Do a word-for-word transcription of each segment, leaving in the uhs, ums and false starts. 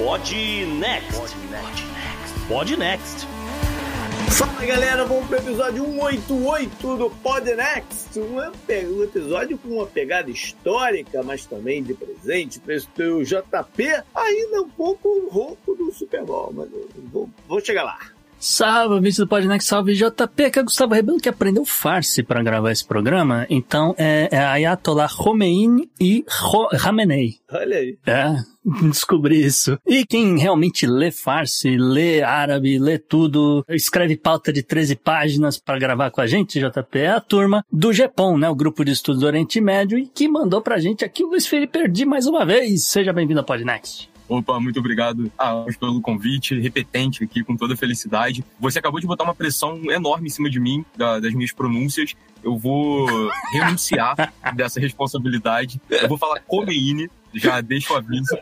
Pod Next. Pod Next. Pod Next. Fala galera, vamos pro episódio cento e oitenta e oito do Pod Next, um episódio com uma pegada histórica, mas também de presente para esse teu J P, ainda um pouco rouco do Super Bowl, mas eu vou, vou chegar lá. Salve, vídeo do Pod Next, salve J P, que é Gustavo Rebelo, que aprendeu farsi para gravar esse programa, então é, é Ayatollah Khomeini e Khamenei. Olha aí. É, descobri isso. E quem realmente lê farsi, lê árabe, lê tudo, escreve pauta de treze páginas para gravar com a gente, J P, é a turma do GEPOM, né, o Grupo de Estudos do Oriente Médio, e que mandou pra gente aqui o Luiz Felipe Erdi mais uma vez. Seja bem-vindo ao Pod Next. Opa, muito obrigado a pelo convite, repetente aqui, com toda felicidade. Você acabou de botar uma pressão enorme em cima de mim, da, das minhas pronúncias. Eu vou renunciar dessa responsabilidade. Eu vou falar Khomeini, já deixo o aviso.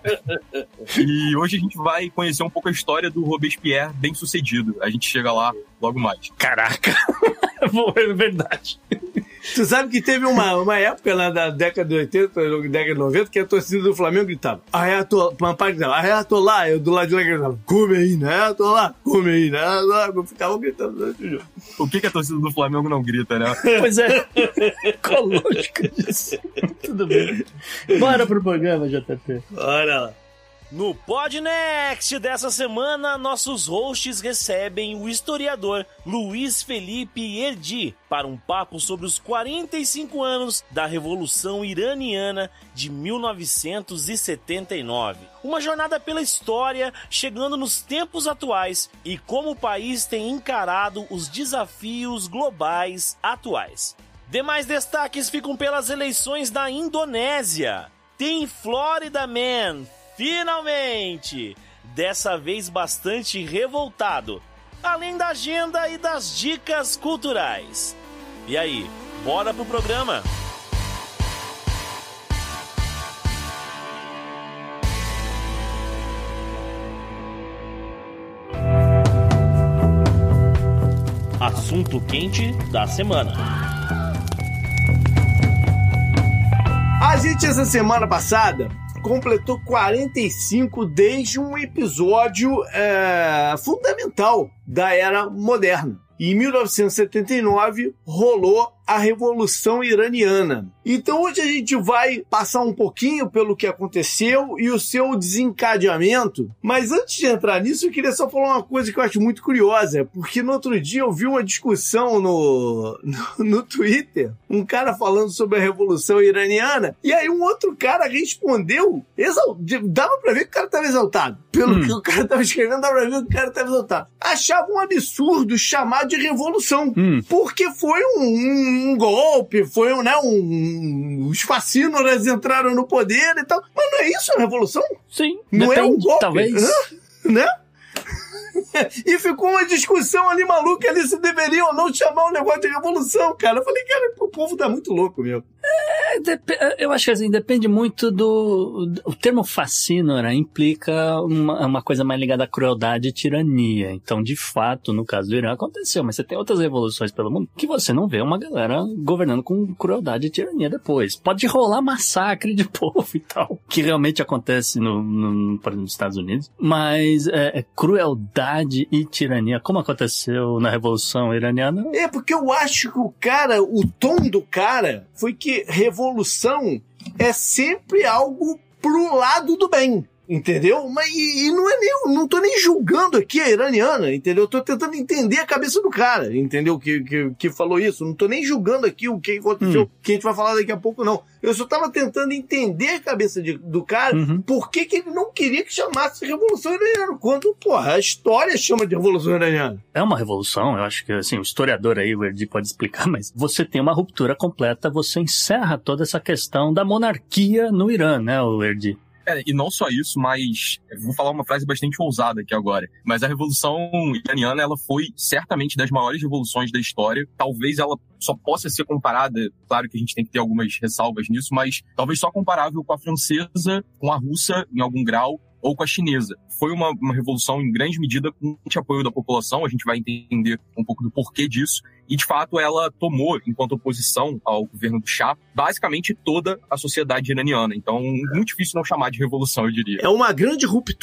E hoje a gente vai conhecer um pouco a história do Robespierre bem-sucedido. A gente chega lá logo mais. Caraca, é verdade. Tu sabe que teve uma, uma época lá da década de oitenta, década de noventa, que a torcida do Flamengo gritava Ayatollah, uma parte dela, Ayatollah, eu do lado de lá gritava Khomeini, Ayatollah, Khomeini, Ayatollah, eu ficava gritando durante o jogo. O que, que a torcida do Flamengo não grita, né? Pois é, qual a lógica disso? Tudo bem. Bora pro programa, J P. Bora lá. No Pod Next dessa semana, nossos hosts recebem o historiador Luiz Felipe Erdi para um papo sobre os quarenta e cinco anos da Revolução Iraniana de mil novecentos e setenta e nove. Uma jornada pela história, chegando nos tempos atuais e como o país tem encarado os desafios globais atuais. Demais destaques ficam pelas eleições da Indonésia. Tem Florida Man, finalmente! Dessa vez bastante revoltado, além da agenda e das dicas culturais. E aí, bora pro programa? Assunto quente da semana. A gente, essa semana passada, completou quarenta e cinco desde um episódio é, fundamental da era moderna. Em mil novecentos e setenta e nove, rolou a Revolução Iraniana. Então hoje a gente vai passar um pouquinho pelo que aconteceu e o seu desencadeamento. Mas antes de entrar nisso, eu queria só falar uma coisa que eu acho muito curiosa, porque no outro dia eu vi uma discussão no, no, no Twitter, um cara falando sobre a Revolução Iraniana, e aí um outro cara respondeu, exal... dava pra ver que o cara estava exaltado. Pelo hum. que o cara estava escrevendo, dava pra ver que o cara estava exaltado. Achava um absurdo chamar de revolução, hum. porque foi um, um um golpe, foi um, né, um... os fascínoras entraram no poder e tal. Mas não é isso a revolução? Sim. Não depende, é um golpe? Talvez. Hã? Né? E ficou uma discussão ali maluca ali se deveria ou não chamar o negócio de revolução, cara. Eu falei, cara, o povo tá muito louco mesmo. É, dep- eu acho que assim, depende muito do... O termo fascínora implica uma, uma coisa mais ligada à crueldade e tirania. Então, de fato, no caso do Irã, aconteceu. Mas você tem outras revoluções pelo mundo que você não vê uma galera governando com crueldade e tirania depois. Pode rolar massacre de povo e tal, que realmente acontece no, no, por exemplo, nos Estados Unidos. Mas é, é crueldade e tirania, como aconteceu na Revolução Iraniana. É, porque eu acho que o cara, o tom do cara foi que revolução é sempre algo pro lado do bem, entendeu? Mas e, e não é nem, não tô nem julgando aqui a iraniana, entendeu? Eu tô tentando entender a cabeça do cara, entendeu? Que, que, que falou isso. Não tô nem julgando aqui o que aconteceu, hum. que a gente vai falar daqui a pouco, não. Eu só tava tentando entender a cabeça de, do cara, uhum. por que que ele não queria que chamasse de Revolução Iraniana, quando, porra, a história chama de Revolução Iraniana. É uma revolução, eu acho que, assim, o historiador aí, o Erdi, pode explicar, mas você tem uma ruptura completa, você encerra toda essa questão da monarquia no Irã, né, o Erdi? É, e não só isso, mas eu vou falar uma frase bastante ousada aqui agora, mas a Revolução Iraniana, ela foi certamente das maiores revoluções da história. Talvez ela só possa ser comparada, claro que a gente tem que ter algumas ressalvas nisso, mas talvez só comparável com a francesa, com a russa em algum grau, ou com a chinesa. Foi uma, uma revolução em grande medida com muito apoio da população, a gente vai entender um pouco do porquê disso, e de fato ela tomou, enquanto oposição ao governo do Shah, basicamente toda a sociedade iraniana. Então, muito difícil não chamar de revolução, eu diria. É uma grande ruptura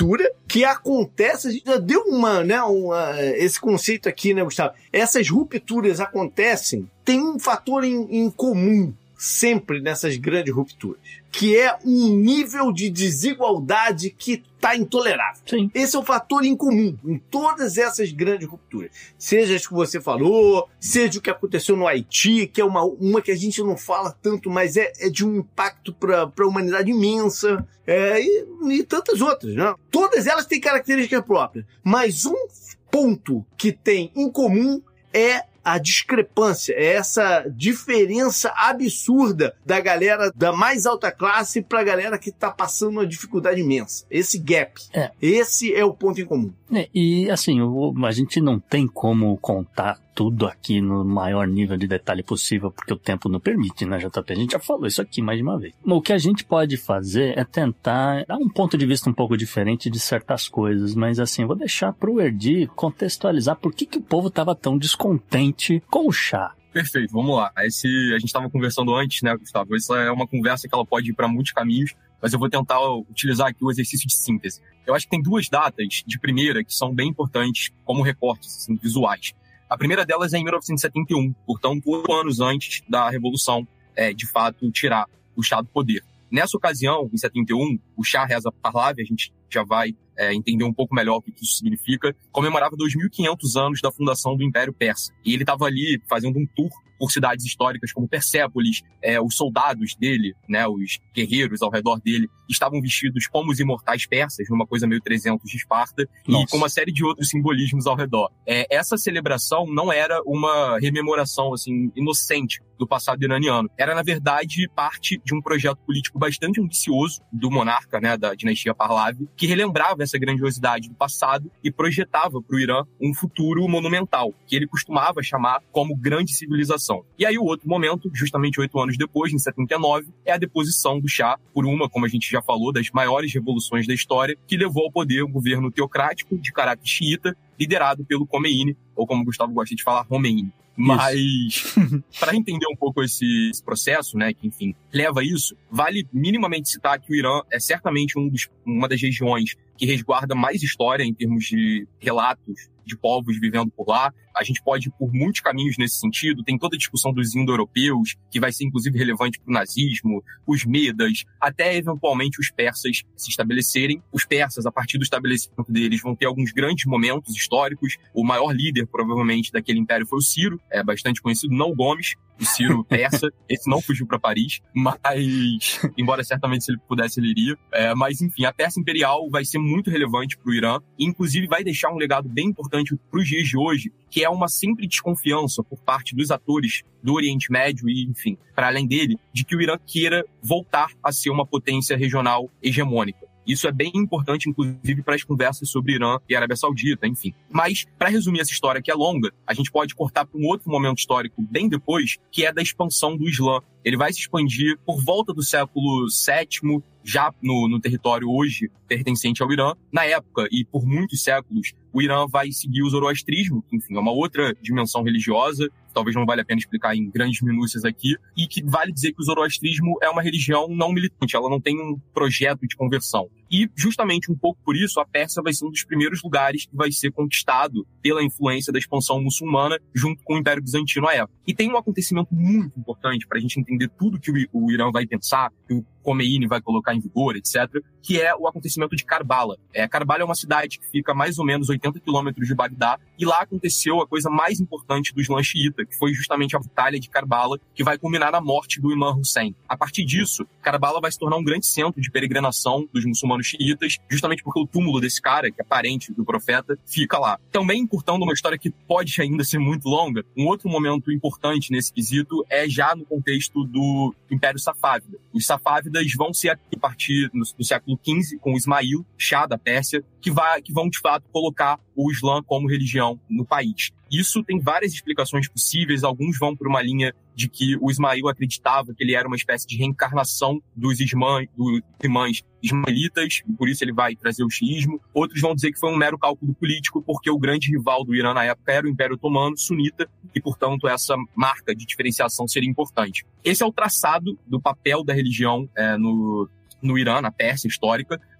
que acontece, a gente já deu uma, né, uma, esse conceito aqui, né, Gustavo? Essas rupturas acontecem, tem um fator em, em comum sempre nessas grandes rupturas, que é um nível de desigualdade que está intolerável. Sim. Esse é o fator em comum em todas essas grandes rupturas. Seja as que você falou, seja o que aconteceu no Haiti, que é uma, uma que a gente não fala tanto, mas é, é de um impacto para a humanidade imensa, é, e, e tantas outras, né? Todas elas têm características próprias, mas um ponto que tem em comum é a discrepância, é essa diferença absurda da galera da mais alta classe para a galera que está passando uma dificuldade imensa. Esse gap. É. Esse é o ponto em comum. É, e assim, o, a gente não tem como contar tudo aqui no maior nível de detalhe possível, porque o tempo não permite, né, J P? A gente já falou isso aqui mais de uma vez. O que a gente pode fazer é tentar dar um ponto de vista um pouco diferente de certas coisas, mas assim, eu vou deixar pro Erdi contextualizar por que, que o povo estava tão descontente com o chá. Perfeito, vamos lá. Esse, a gente estava conversando antes, né, Gustavo? Essa é uma conversa que ela pode ir para muitos caminhos, mas eu vou tentar utilizar aqui o exercício de síntese. Eu acho que tem duas datas de primeira que são bem importantes como recortes assim, visuais. A primeira delas é em mil novecentos e setenta e um, portanto, oito anos antes da Revolução, é, de fato, tirar o Shah do poder. Nessa ocasião, em setenta e um, o Shah Reza Pahlavi, a gente já vai é, entender um pouco melhor o que isso significa, comemorava dois mil e quinhentos anos da fundação do Império Persa. E ele estava ali fazendo um tour por cidades históricas como Persépolis, é, os soldados dele, né, os guerreiros ao redor dele, estavam vestidos como os imortais persas, numa coisa meio trezentos de Esparta, Nossa. E com uma série de outros simbolismos ao redor. É, essa celebração não era uma rememoração assim, inocente do passado iraniano. Era, na verdade, parte de um projeto político bastante ambicioso do monarca, né, da dinastia Pahlavi, que relembrava essa grandiosidade do passado e projetava para o Irã um futuro monumental, que ele costumava chamar como grande civilização. E aí o outro momento, justamente oito anos depois, em setenta e nove, é a deposição do Shah por uma, como a gente já falou, das maiores revoluções da história, que levou ao poder um governo teocrático de caráter xiita, liderado pelo Khomeini, ou como o Gustavo gosta de falar, Khomeini. Mas, para entender um pouco esse, esse processo, né, que, enfim, leva a isso, vale minimamente citar que o Irã é certamente um dos, uma das regiões que resguarda mais história em termos de relatos de povos vivendo por lá. A gente pode ir por muitos caminhos nesse sentido. Tem toda a discussão dos indo-europeus, que vai ser inclusive relevante para o nazismo, os medas, até eventualmente os persas se estabelecerem. Os persas, a partir do estabelecimento deles, vão ter alguns grandes momentos históricos. O maior líder, provavelmente, daquele império foi o Ciro, é bastante conhecido, não o Gomes, o Ciro persa. Esse não fugiu para Paris, mas, embora certamente se ele pudesse, ele iria. É, mas, enfim, a Pérsia Imperial vai ser muito relevante para o Irã e, inclusive, vai deixar um legado bem importante para os dias de hoje, que é uma sempre desconfiança por parte dos atores do Oriente Médio e, enfim, para além dele, de que o Irã queira voltar a ser uma potência regional hegemônica. Isso é bem importante, inclusive, para as conversas sobre Irã e Arábia Saudita, enfim. Mas, para resumir essa história que é longa, a gente pode cortar para um outro momento histórico bem depois, que é da expansão do Islã. Ele vai se expandir por volta do século sétimo, já no, no território hoje pertencente ao Irã. Na época, e por muitos séculos, o Irã vai seguir o zoroastrismo, que, enfim, é uma outra dimensão religiosa, talvez não vale a pena explicar em grandes minúcias aqui, e que vale dizer que o zoroastrismo é uma religião não militante, ela não tem um projeto de conversão. E, justamente um pouco por isso, a Pérsia vai ser um dos primeiros lugares que vai ser conquistado pela influência da expansão muçulmana junto com o Império Bizantino à época. E tem um acontecimento muito importante para a gente entender tudo que o Irã vai pensar, que o Khomeini vai colocar em vigor, etcétera, que é o acontecimento de Karbala. É, Karbala é uma cidade que fica a mais ou menos oitenta quilômetros de Bagdá, e lá aconteceu a coisa mais importante do Islã xiita, que foi justamente a Batalha de Karbala, que vai culminar na morte do Imam Hussein. A partir disso, Karbala vai se tornar um grande centro de peregrinação dos muçulmanos xiitas, justamente porque o túmulo desse cara, que é parente do profeta, fica lá. Também, encurtando uma história que pode ainda ser muito longa, um outro momento importante nesse quesito é já no contexto do Império Safávida. Os Safávidas vão ser a partir do, do século quinze, com o Ismail, Shah da Pérsia, que, vai, que vão, de fato, colocar o Islã como religião no país. Isso tem várias explicações possíveis. Alguns vão por uma linha de que o Ismail acreditava que ele era uma espécie de reencarnação dos imãs, dos imãs ismaelitas, e por isso ele vai trazer o xiismo. Outros vão dizer que foi um mero cálculo político, porque o grande rival do Irã na época era o Império Otomano, sunita, e, portanto, essa marca de diferenciação seria importante. Esse é o traçado do papel da religião é, no... no Irã, na Pérsia histórica,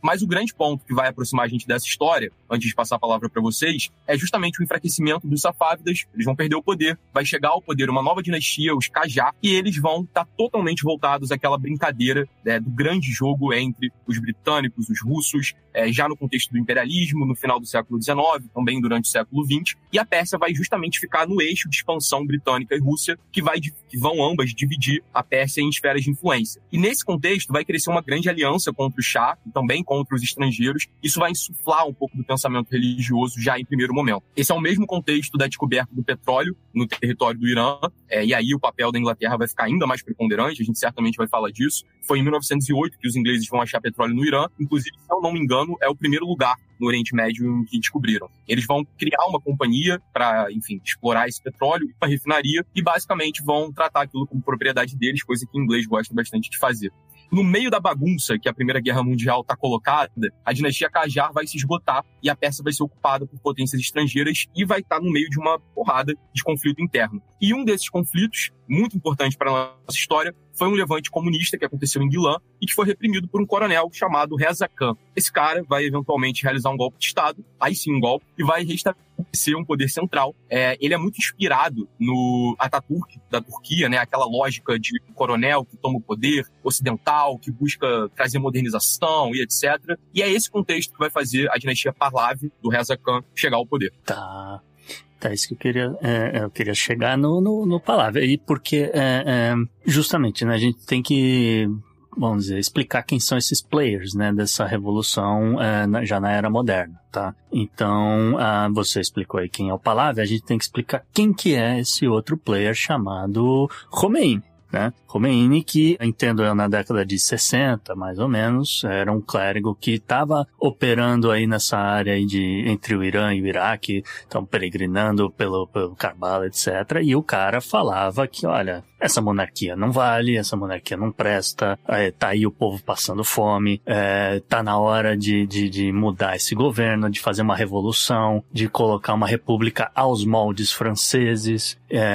Mas o grande ponto que vai aproximar a gente dessa história, antes de passar a palavra para vocês, é justamente o enfraquecimento dos Safávidas. Eles vão perder o poder, vai chegar ao poder uma nova dinastia, os Qajar, e eles vão estar totalmente voltados àquela brincadeira, né, do grande jogo entre os britânicos, os russos, é, já no contexto do imperialismo, no final do século dezenove, também durante o século vinte, e a Pérsia vai justamente ficar no eixo de expansão britânica e Rússia, que, vai, que vão ambas dividir a Pérsia em esferas de influência. E nesse contexto vai crescer uma grande aliança contra o Shah, e também contra os estrangeiros. Isso vai insuflar um pouco do pensamento religioso já em primeiro momento. Esse é o mesmo contexto da descoberta do petróleo no território do Irã, é, e aí o papel da Inglaterra vai ficar ainda mais preponderante, a gente certamente vai falar disso. Foi em mil novecentos e oito que os ingleses vão achar petróleo no Irã, inclusive, se eu não me engano, é o primeiro lugar no Oriente Médio em que descobriram. Eles vão criar uma companhia para, enfim, explorar esse petróleo, uma refinaria, e basicamente vão tratar aquilo como propriedade deles, coisa que o inglês gosta bastante de fazer. No meio da bagunça que a Primeira Guerra Mundial está colocada, a dinastia Qajar vai se esgotar e a Pérsia vai ser ocupada por potências estrangeiras e vai estar no meio de uma porrada de conflito interno. E um desses conflitos, muito importante para a nossa história, foi um levante comunista que aconteceu em Guilã e que foi reprimido por um coronel chamado Reza Khan. Esse cara vai eventualmente realizar um golpe de Estado, aí sim um golpe, e vai restabelecer um poder central. É, ele é muito inspirado no Ataturk, da Turquia, né? Aquela lógica de um coronel que toma o poder ocidental, que busca trazer modernização e etcétera. E é esse contexto que vai fazer a dinastia Pahlavi, do Reza Khan, chegar ao poder. Tá... Tá, isso que eu queria, é, eu queria chegar no, no, no palavra. E porque, é, é, justamente, né, a gente tem que, vamos dizer, explicar quem são esses players, né, dessa revolução é, na, já na era moderna, tá? Então, ah, você explicou aí quem é o palavra, a gente tem que explicar quem que é esse outro player chamado Khomeini. Né? Khomeini, que, entendo eu, na década de sessenta, mais ou menos, era um clérigo que estava operando aí nessa área aí de, entre o Irã e o Iraque, estão peregrinando pelo, pelo Karbala, etcétera. E o cara falava que, olha, essa monarquia não vale, essa monarquia não presta, é, tá aí o povo passando fome, é, tá na hora de, de, de mudar esse governo, de fazer uma revolução, de colocar uma república aos moldes franceses.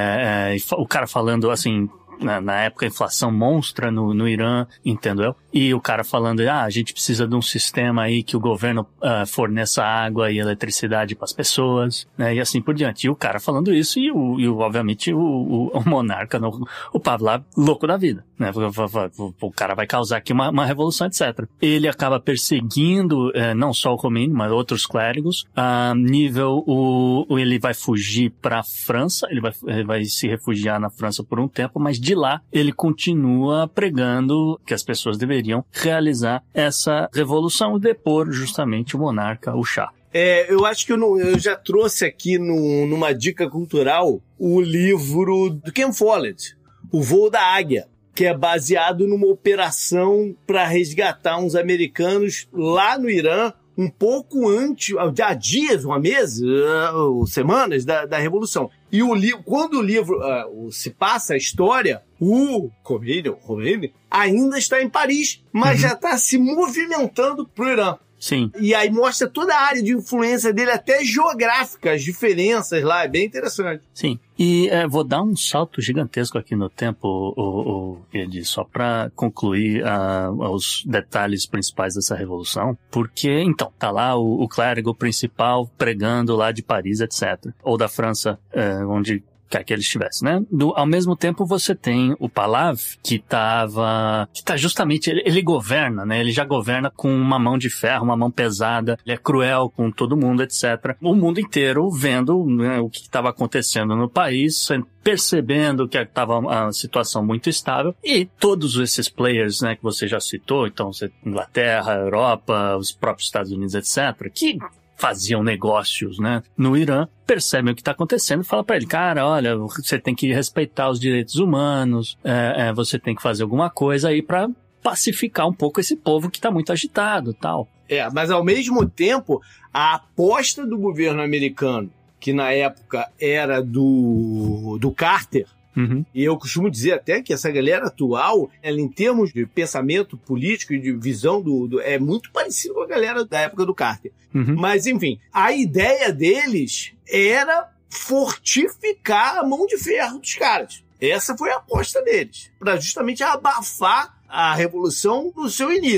É, é, o cara falando assim... Na, na época, a inflação monstra no, no Irã, entendo eu. E o cara falando, ah, a gente precisa de um sistema aí que o governo uh, forneça água e eletricidade para as pessoas, né? E assim por diante. E o cara falando isso e, o, e o, obviamente, o, o, o monarca, no, o Pahlavi, louco da vida, né? O, o, o cara vai causar aqui uma, uma revolução, etcétera. Ele acaba perseguindo, eh, não só o Khomeini, mas outros clérigos. A nível, o, ele vai fugir para a França, ele vai, ele vai se refugiar na França por um tempo, mas de lá ele continua pregando que as pessoas deveriam realizar essa revolução e depor justamente o monarca, o Shah. É, eu acho que eu, não, eu já trouxe aqui no, numa dica cultural o livro do Ken Follett, O Voo da Águia, que é baseado numa operação para resgatar uns americanos lá no Irã, um pouco antes, há dias, uma mês, uh, semanas da, da Revolução. E o livro, quando o livro uh, se passa a história, o Khomeini, o Khomeini ainda está em Paris, mas uhum. já está se movimentando para o Irã. Sim. E aí mostra toda a área de influência dele, até geográfica, as diferenças lá, é bem interessante. Sim. E é, vou dar um salto gigantesco aqui no tempo, o, o, Edi, só para concluir uh, os detalhes principais dessa revolução, porque, então, tá lá o, o clérigo principal pregando lá de Paris, etcétera, ou da França, é, onde quer que ele estivesse, né? Do, ao mesmo tempo, você tem o Pahlavi, que tava... que tá justamente... Ele, ele governa, né? Ele já governa com uma mão de ferro, uma mão pesada. Ele é cruel com todo mundo, etcétera. O mundo inteiro vendo, né, o que estava acontecendo no país, percebendo que estava uma situação muito estável. E todos esses players, né, que você já citou, então, Inglaterra, Europa, os próprios Estados Unidos, etcétera, que faziam negócios, né, no Irã, percebem o que está acontecendo e falam para ele, cara, olha, você tem que respeitar os direitos humanos, é, é, você tem que fazer alguma coisa aí para pacificar um pouco esse povo que está muito agitado, tal. É, mas ao mesmo tempo, a aposta do governo americano, que na época era do, do Carter, uhum. e eu costumo dizer até que essa galera atual, ela, em termos de pensamento político e de visão, do, do é muito parecido com a galera da época do Carter. Uhum. Mas, enfim, a ideia deles era fortificar a mão de ferro dos caras. Essa foi a aposta deles, para justamente abafar a revolução no seu início.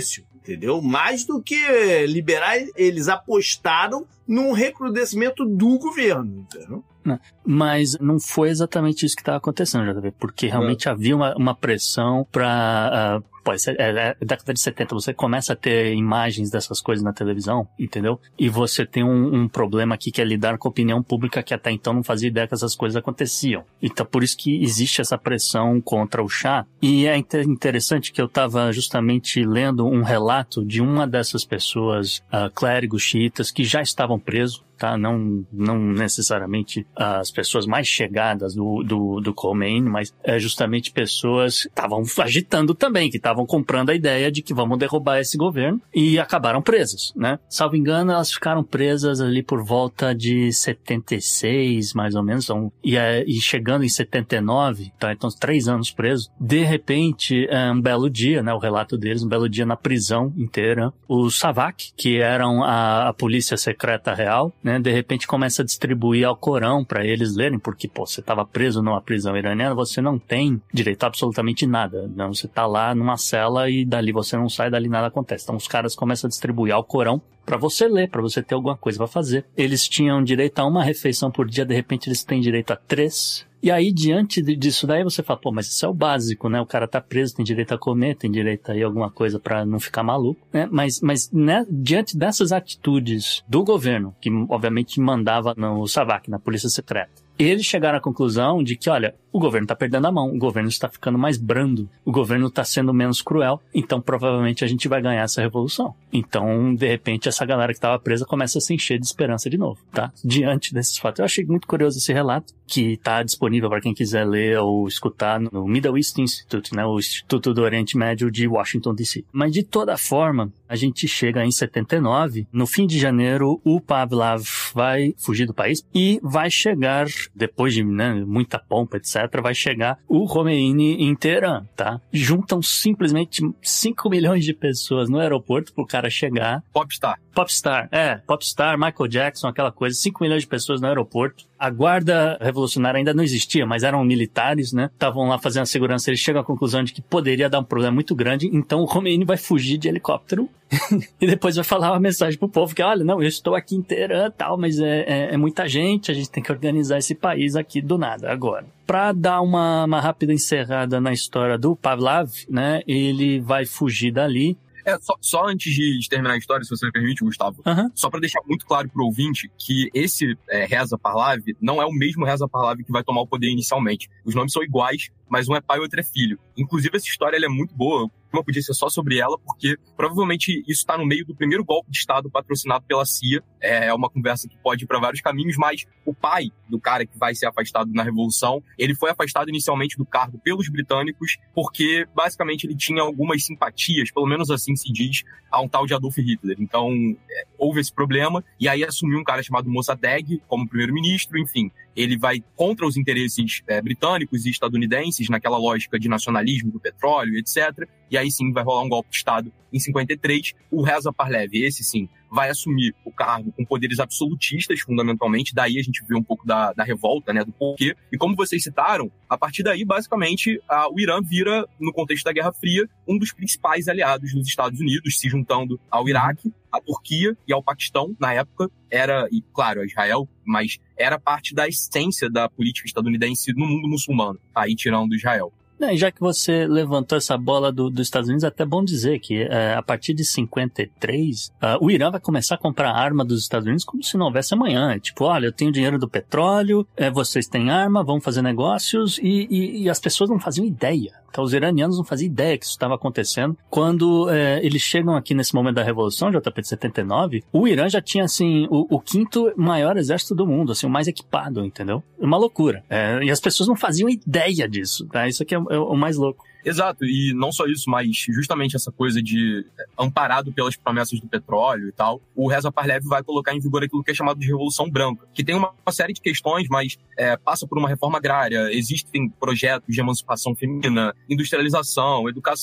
entendeu? Mais do que liberar, eles apostaram num recrudescimento do governo, entendeu? Não, mas não foi exatamente isso que estava acontecendo, J V, porque realmente é. havia uma, uma pressão para... Uh, pô, é, é década de setenta, você começa a ter imagens dessas coisas na televisão, entendeu? E você tem um, um problema aqui que é lidar com a opinião pública que até então não fazia ideia que essas coisas aconteciam. Então, por isso que existe essa pressão contra o Shah. E é interessante que eu estava justamente lendo um relato de uma dessas pessoas, uh, clérigos xiitas, que já estavam presos, tá? Não, não necessariamente as pessoas mais chegadas do, do, do Khomeini, mas é justamente pessoas que estavam agitando também, que estavam comprando a ideia de que vamos derrubar esse governo e acabaram presas, né? Salvo engano, elas ficaram presas ali por volta de setenta e seis, mais ou menos, então, e, é, e chegando em setenta e nove, tá? Então três anos presos. De repente, é, um belo dia, né? O relato deles, um belo dia na prisão inteira, os Savak, que eram a, a polícia secreta real, né? De repente começa a distribuir Alcorão para eles lerem, porque, pô, você estava preso numa prisão iraniana, você não tem direito a absolutamente nada, não, você tá lá numa cela e dali você não sai, dali nada acontece. Então os caras começam a distribuir Alcorão para você ler, para você ter alguma coisa para fazer. Eles tinham direito a uma refeição por dia, de repente eles têm direito a três. E aí, diante disso daí, você fala, pô, mas isso é o básico, né? O cara tá preso, tem direito a comer, tem direito a ir alguma coisa pra não ficar maluco, né? Mas, mas né, diante dessas atitudes do governo, que obviamente mandava no Savak, na polícia secreta, eles chegaram à conclusão de que, olha, o governo está perdendo a mão, o governo está ficando mais brando, o governo está sendo menos cruel, então provavelmente a gente vai ganhar essa revolução. Então, de repente, essa galera que estava presa começa a se encher de esperança de novo, tá? Diante desses fatos. Eu achei muito curioso esse relato, que está disponível para quem quiser ler ou escutar no Middle East Institute, né? O Instituto do Oriente Médio de Washington, D C. Mas, de toda forma, a gente chega em setenta e nove, no fim de janeiro, o Pahlavi vai fugir do país e vai chegar, depois de né, muita pompa, etcétera, vai chegar o Khomeini em Teherã, tá? Juntam simplesmente cinco milhões de pessoas no aeroporto pro cara chegar. Popstar. Popstar, é. Popstar, Michael Jackson, aquela coisa. cinco milhões de pessoas no aeroporto. A guarda revolucionária ainda não existia, mas eram militares, né? Estavam lá fazendo a segurança. Eles chegam à conclusão de que poderia dar um problema muito grande, então o Khomeini vai fugir de helicóptero e depois vai falar uma mensagem pro povo que, olha, não, eu estou aqui em Teherã e tal, mas é, é, é muita gente, a gente tem que organizar esse país aqui do nada agora. Pra dar uma, uma rápida encerrada na história do Pahlavi, né? Ele vai fugir dali. É, só, só antes de, de terminar a história, se você me permite, Gustavo, uhum. Só para deixar muito claro pro ouvinte que esse é, Reza Pahlavi não é o mesmo Reza Pahlavi que vai tomar o poder inicialmente. Os nomes são iguais, mas um é pai e o outro é filho. Inclusive, essa história ela é muito boa. Não podia ser só sobre ela, porque provavelmente isso está no meio do primeiro golpe de Estado patrocinado pela C I A. É uma conversa que pode ir para vários caminhos, mas o pai do cara que vai ser afastado na Revolução, ele foi afastado inicialmente do cargo pelos britânicos, porque basicamente ele tinha algumas simpatias, pelo menos assim se diz, a um tal de Adolf Hitler. Então, é, houve esse problema, e aí assumiu um cara chamado Mossadegh como primeiro-ministro, enfim. Ele vai contra os interesses é, britânicos e estadunidenses, naquela lógica de nacionalismo do petróleo, etcétera. E aí sim vai rolar um golpe de Estado em cinquenta e três. O Reza Pahlavi, esse sim, vai assumir o cargo com poderes absolutistas, fundamentalmente. Daí a gente vê um pouco da, da revolta, né, do porquê. E como vocês citaram, a partir daí, basicamente, a, o Irã vira, no contexto da Guerra Fria, um dos principais aliados dos Estados Unidos, se juntando ao Iraque, à Turquia e ao Paquistão, na época. Era, e claro, a Israel, mas era parte da essência da política estadunidense no mundo muçulmano, aí tirando Israel. É, já que você levantou essa bola do, dos Estados Unidos, é até bom dizer que é, a partir de cinquenta e três, uh, o Irã vai começar a comprar arma dos Estados Unidos como se não houvesse amanhã. É tipo, olha, eu tenho dinheiro do petróleo, é, vocês têm arma, vamos fazer negócios, e, e, e as pessoas não faziam ideia. Então, os iranianos não faziam ideia que isso estava acontecendo. Quando é, eles chegam aqui nesse momento da Revolução, J P de setenta e nove, o Irã já tinha, assim, o, o quinto maior exército do mundo, assim, o mais equipado, entendeu? Uma loucura. É, e as pessoas não faziam ideia disso, tá? Isso aqui é, é o mais louco. Exato, e não só isso, mas justamente essa coisa de amparado pelas promessas do petróleo e tal, o Reza Pahlavi vai colocar em vigor aquilo que é chamado de Revolução Branca, que tem uma, uma série de questões, mas é, passa por uma reforma agrária, existem projetos de emancipação feminina, industrialização, educação,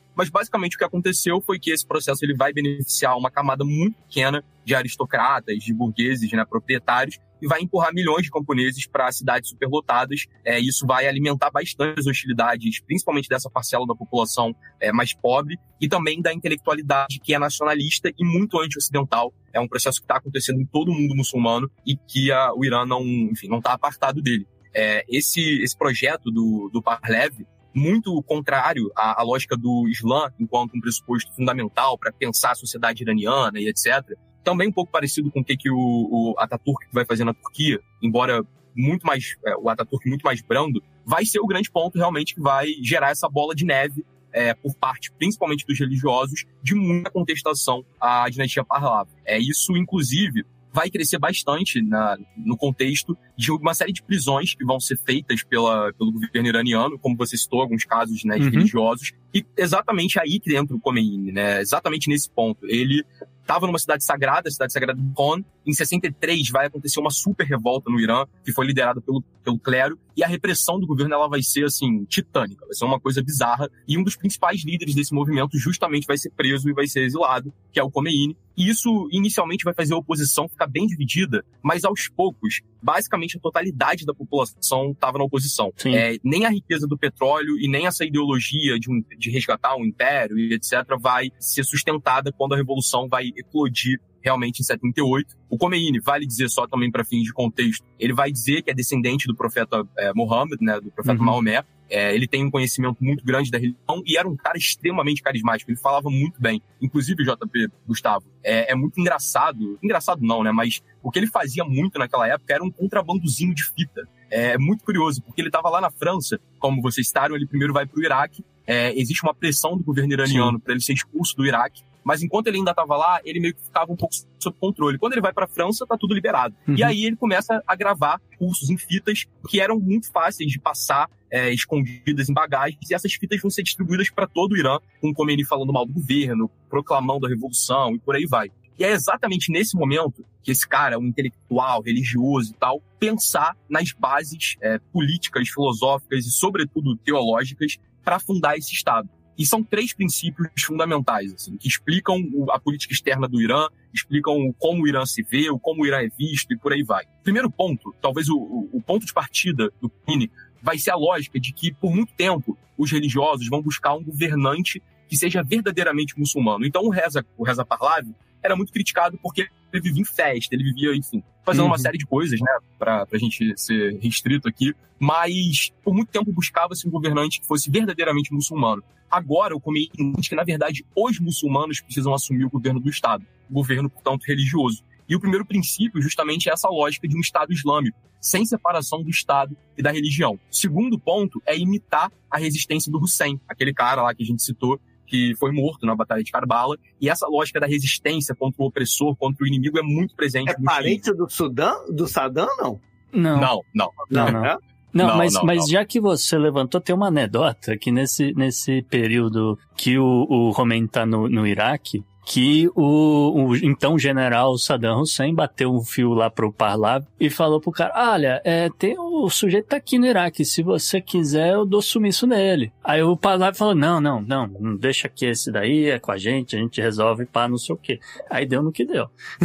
Mas basicamente o que aconteceu foi que esse processo ele vai beneficiar uma camada muito pequena de aristocratas, de burgueses, né, proprietários, e vai empurrar milhões de camponeses para cidades superlotadas. É, isso vai alimentar bastante as hostilidades, principalmente dessa parcela da população é, mais pobre, e também da intelectualidade que é nacionalista e muito anti-ocidental. É um processo que está acontecendo em todo o mundo muçulmano e que a, o Irã não, enfim, não está apartado dele. É, esse, esse projeto do, do Pahlavi, muito contrário à, à lógica do Islã enquanto um pressuposto fundamental para pensar a sociedade iraniana e etcétera, também um pouco parecido com o que, que o, o Ataturk vai fazer na Turquia, embora muito mais, é, o Ataturk muito mais brando, vai ser o grande ponto realmente que vai gerar essa bola de neve é, por parte, principalmente dos religiosos, de muita contestação à dinastia Pahlavi. É, isso, inclusive, vai crescer bastante na, no contexto de uma série de prisões que vão ser feitas pela, pelo governo iraniano, como você citou, alguns casos, né, de uhum. religiosos, e exatamente aí que entra o Khomeini, né, exatamente nesse ponto. Ele estava numa cidade sagrada, a cidade sagrada de Qom. Em sessenta e três vai acontecer uma super revolta no Irã, que foi liderada pelo, pelo clero, e a repressão do governo ela vai ser, assim, titânica, vai ser uma coisa bizarra, e um dos principais líderes desse movimento justamente vai ser preso e vai ser exilado, que é o Khomeini. E isso, inicialmente, vai fazer a oposição ficar bem dividida, mas aos poucos, basicamente a totalidade da população estava na oposição. É, nem a riqueza do petróleo e nem essa ideologia de, um, de resgatar um império e etcétera vai ser sustentada quando a revolução vai eclodir realmente em setenta e oito. O Khomeini, vale dizer só também para fins de contexto, ele vai dizer que é descendente do profeta é, Muhammad, né, do profeta uhum. Maomé. É, ele tem um conhecimento muito grande da religião e era um cara extremamente carismático. Ele falava muito bem. Inclusive, J P, Gustavo, é, é muito engraçado. Engraçado não, né? Mas o que ele fazia muito naquela época era um contrabandozinho de fita. É muito curioso, porque ele estava lá na França, como vocês citaram, ele primeiro vai para o Iraque. É, existe uma pressão do governo iraniano para ele ser expulso do Iraque. Mas enquanto ele ainda estava lá, ele meio que ficava um pouco sob controle. Quando ele vai para a França, tá tudo liberado. Uhum. E aí ele começa a gravar cursos em fitas que eram muito fáceis de passar, é, escondidas em bagagens, e essas fitas vão ser distribuídas para todo o Irã, com o Khomeini falando mal do governo, proclamando a revolução e por aí vai. E é exatamente nesse momento que esse cara, um intelectual, religioso e tal, pensar nas bases é, políticas, filosóficas e, sobretudo, teológicas para fundar esse Estado. E são três princípios fundamentais, assim, que explicam a política externa do Irã, explicam como o Irã se vê, como o Irã é visto e por aí vai. Primeiro ponto, talvez o, o ponto de partida do Khomeini, vai ser a lógica de que, por muito tempo, os religiosos vão buscar um governante que seja verdadeiramente muçulmano. Então o Reza, o Reza Pahlavi era muito criticado porque ele vivia em festa, ele vivia, enfim, fazendo uhum. uma série de coisas, né, pra, pra gente ser restrito aqui, mas por muito tempo buscava-se um governante que fosse verdadeiramente muçulmano. Agora, o Khomeini entende que, na verdade, os muçulmanos precisam assumir o governo do Estado, o governo, portanto, religioso. E o primeiro princípio, justamente, é essa lógica de um Estado islâmico, sem separação do Estado e da religião. O segundo ponto é imitar a resistência do Hussein, aquele cara lá que a gente citou, que foi morto na Batalha de Karbala, e essa lógica da resistência contra o opressor, contra o inimigo, é muito presente. É no parente Chile. do Sudão, do Saddam, não? Não. Não, não. Não, não. É? Não, não, mas, não, mas não. Já que você levantou, tem uma anedota que nesse, nesse período que o, o Khomeini tá no, no Iraque, que o, o então general Saddam Hussein bateu um fio lá pro Pahlavi e falou pro cara, olha, é, tem, o sujeito tá aqui no Iraque, se você quiser eu dou sumiço nele. Aí o Pahlavi falou, não, não, não, não deixa que esse daí é com a gente, a gente resolve pá, não sei o quê. Aí deu no que deu.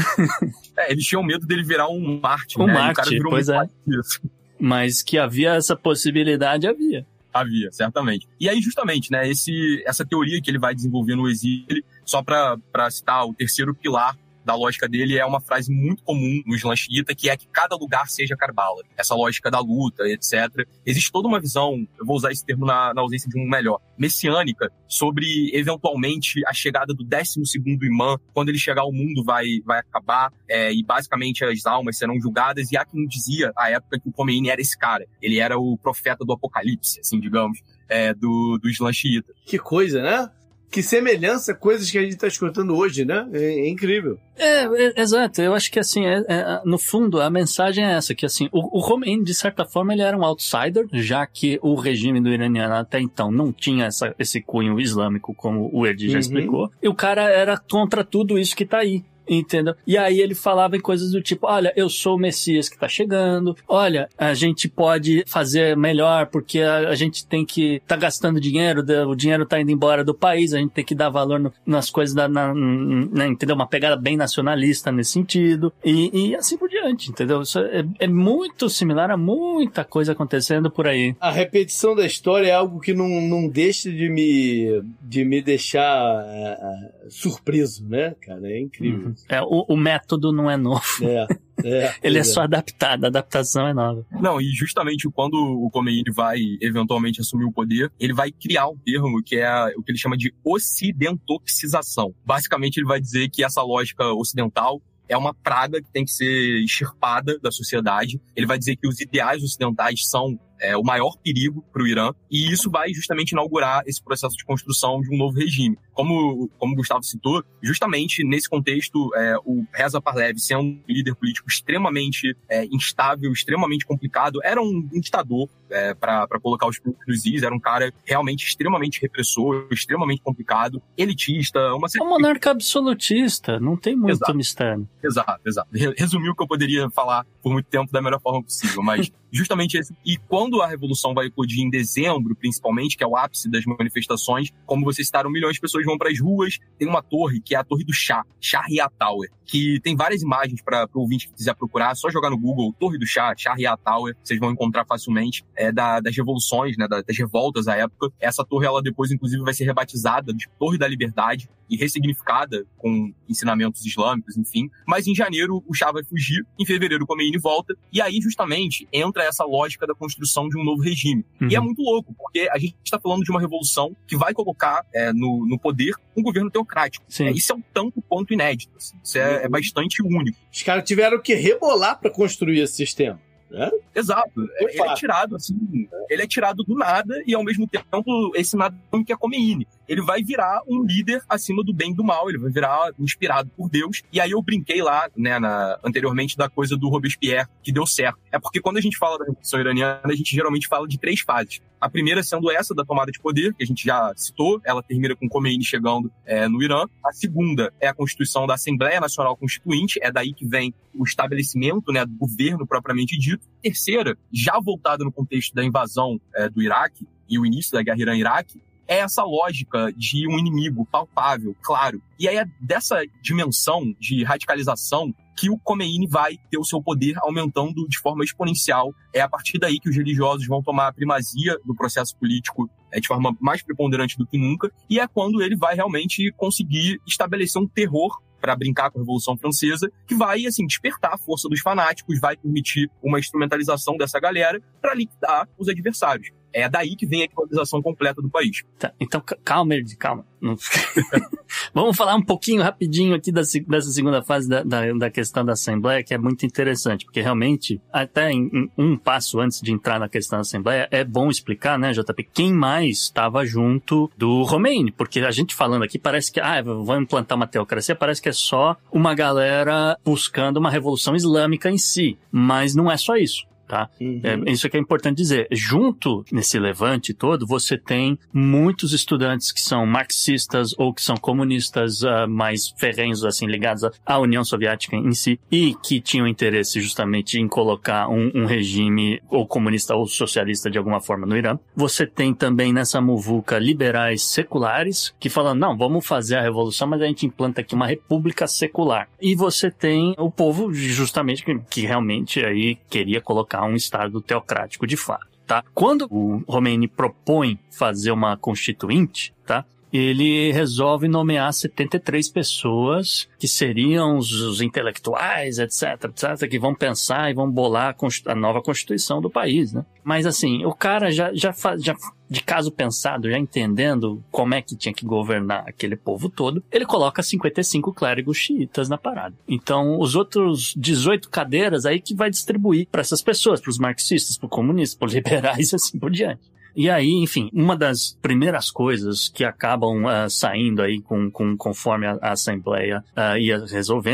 É, eles tinham medo dele virar um mártir, um né? mártir, o cara virou pois um é. disso. Mas que havia essa possibilidade, havia. Havia, certamente. E aí, justamente, né, esse, essa teoria que ele vai desenvolver no exílio, só para citar o terceiro pilar da lógica dele, é uma frase muito comum no Islã xiita, que é que cada lugar seja Karbala. Essa lógica da luta, etcétera. Existe toda uma visão, eu vou usar esse termo na, na ausência de um melhor, messiânica, sobre, eventualmente, a chegada do décimo segundo imã. Quando ele chegar, o mundo vai, vai acabar, é, e basicamente as almas serão julgadas. E há quem dizia, à época, que o Khomeini era esse cara. Ele era o profeta do apocalipse, assim, digamos, é, do, do Islã xiita. Que coisa, né? Que semelhança, coisas que a gente está escutando hoje, né? É, é incrível. É, é, exato. Eu acho que, assim, é, é, no fundo, a mensagem é essa, que, assim, o, o Khomeini, de certa forma, ele era um outsider, já que o regime do iraniano até então não tinha essa, esse cunho islâmico, como o Erdi já uhum. explicou, e o cara era contra tudo isso que tá aí. entendeu? E aí ele falava em coisas do tipo, olha, eu sou o Messias que tá chegando, olha, a gente pode fazer melhor porque a, a gente tem que tá gastando dinheiro, o dinheiro tá indo embora do país, a gente tem que dar valor no, nas coisas, da, na, na, entendeu? Uma pegada bem nacionalista nesse sentido, e, e assim por diante, entendeu? Isso é, é muito similar a muita coisa acontecendo por aí. A repetição da história é algo que não, não deixa de me, de me deixar uh, surpreso, né, cara? É incrível. Uhum. É, o, o método não é novo. É. É, ele é, é só adaptado, a adaptação é nova. Não, e justamente quando o Khomeini vai eventualmente assumir o poder, ele vai criar um termo que é o que ele chama de ocidentoxização. Basicamente, ele vai dizer que essa lógica ocidental é uma praga que tem que ser extirpada da sociedade. Ele vai dizer que os ideais ocidentais são é, o maior perigo para o Irã, e isso vai justamente inaugurar esse processo de construção de um novo regime. Como, como o Gustavo citou, justamente nesse contexto, é, o Reza Pahlavi, sendo um líder político extremamente é, instável, extremamente complicado, era um, um ditador, é, para colocar os pontos nos is, era um cara realmente extremamente repressor, extremamente complicado, elitista, uma É um monarca absolutista, não tem muito Exato. mistério. Exato, exato. Resumiu o que eu poderia falar por muito tempo da melhor forma possível, mas justamente esse. E quando a revolução vai eclodir em dezembro, principalmente, que é o ápice das manifestações, como vocês citaram, milhões de pessoas vão para as ruas. Tem uma torre, que é a Torre do Shah, Shahriar Tower, que tem várias imagens para o ouvinte que quiser procurar, só jogar no Google Torre do Shah, Shahriar Tower, vocês vão encontrar facilmente, é da, das revoluções, né, das revoltas à época. Essa torre, ela depois, inclusive, vai ser rebatizada de Torre da Liberdade e ressignificada com ensinamentos islâmicos, enfim. Mas em janeiro o Shah vai fugir, em fevereiro o Khomeini volta, e aí justamente entra essa lógica da construção de um novo regime. Uhum. E é muito louco, porque a gente está falando de uma revolução que vai colocar é, no, no poder um governo teocrático. É, isso é um tanto quanto inédito. Assim. Isso é, é bastante único. Os caras tiveram que rebolar para construir esse sistema. É? Exato. Ele é tirado assim, ele é tirado do nada e ao mesmo tempo esse nada que é Khomeini. Ele vai virar um líder acima do bem e do mal, ele vai virar inspirado por Deus. E aí eu brinquei lá, né, na, anteriormente da coisa do Robespierre, que deu certo. É porque quando a gente fala da Revolução Iraniana, a gente geralmente fala de três fases. A primeira sendo essa da tomada de poder, que a gente já citou, ela termina com Khomeini chegando é, no Irã. A segunda é a constituição da Assembleia Nacional Constituinte, é daí que vem o estabelecimento, né, do governo propriamente dito. A terceira, já voltada no contexto da invasão é, do Iraque e o início da guerra Irã-Iraque, é essa lógica de um inimigo palpável, claro. E aí é dessa dimensão de radicalização que o Khomeini vai ter o seu poder aumentando de forma exponencial. É a partir daí que os religiosos vão tomar a primazia do processo político é, de forma mais preponderante do que nunca. E é quando ele vai realmente conseguir estabelecer um terror para brincar com a Revolução Francesa, que vai, assim, despertar a força dos fanáticos, vai permitir uma instrumentalização dessa galera para liquidar os adversários. É daí que vem a equalização completa do país. Tá, então, calma, Erd, calma. Vamos falar um pouquinho rapidinho aqui dessa segunda fase da, da, da questão da Assembleia, que é muito interessante, porque realmente, até em, em um passo antes de entrar na questão da Assembleia, é bom explicar, né, J P, quem mais estava junto do Khomeini, porque a gente falando aqui parece que, ah, vamos implantar uma teocracia, parece que é só uma galera buscando uma revolução islâmica em si, mas não é só isso. Tá? Uhum. É, isso que é importante dizer. Junto nesse levante todo, você tem muitos estudantes que são marxistas ou que são comunistas uh, mais ferrenhos, assim, ligados à União Soviética em si, e que tinham interesse justamente em colocar um, um regime ou comunista ou socialista de alguma forma no Irã. Você tem também nessa muvuca liberais seculares que falam, não, vamos fazer a revolução, mas a gente implanta aqui uma república secular. E você tem o povo justamente que, que realmente aí queria colocar um Estado teocrático de fato, tá? Quando o Khomeini propõe fazer uma constituinte, tá? Ele resolve nomear setenta e três pessoas que seriam os, os intelectuais, etc, etc, que vão pensar e vão bolar a, a nova Constituição do país, né? Mas assim, o cara já, já, faz, já de caso pensado, já entendendo como é que tinha que governar aquele povo todo, ele coloca cinquenta e cinco clérigos xiitas na parada. Então, os outros dezoito cadeiras aí que vai distribuir para essas pessoas, para os marxistas, para os comunistas, para os liberais e assim por diante. E aí, enfim, uma das primeiras coisas que acabam uh, saindo aí com, com, conforme a, a Assembleia uh, ia resolvendo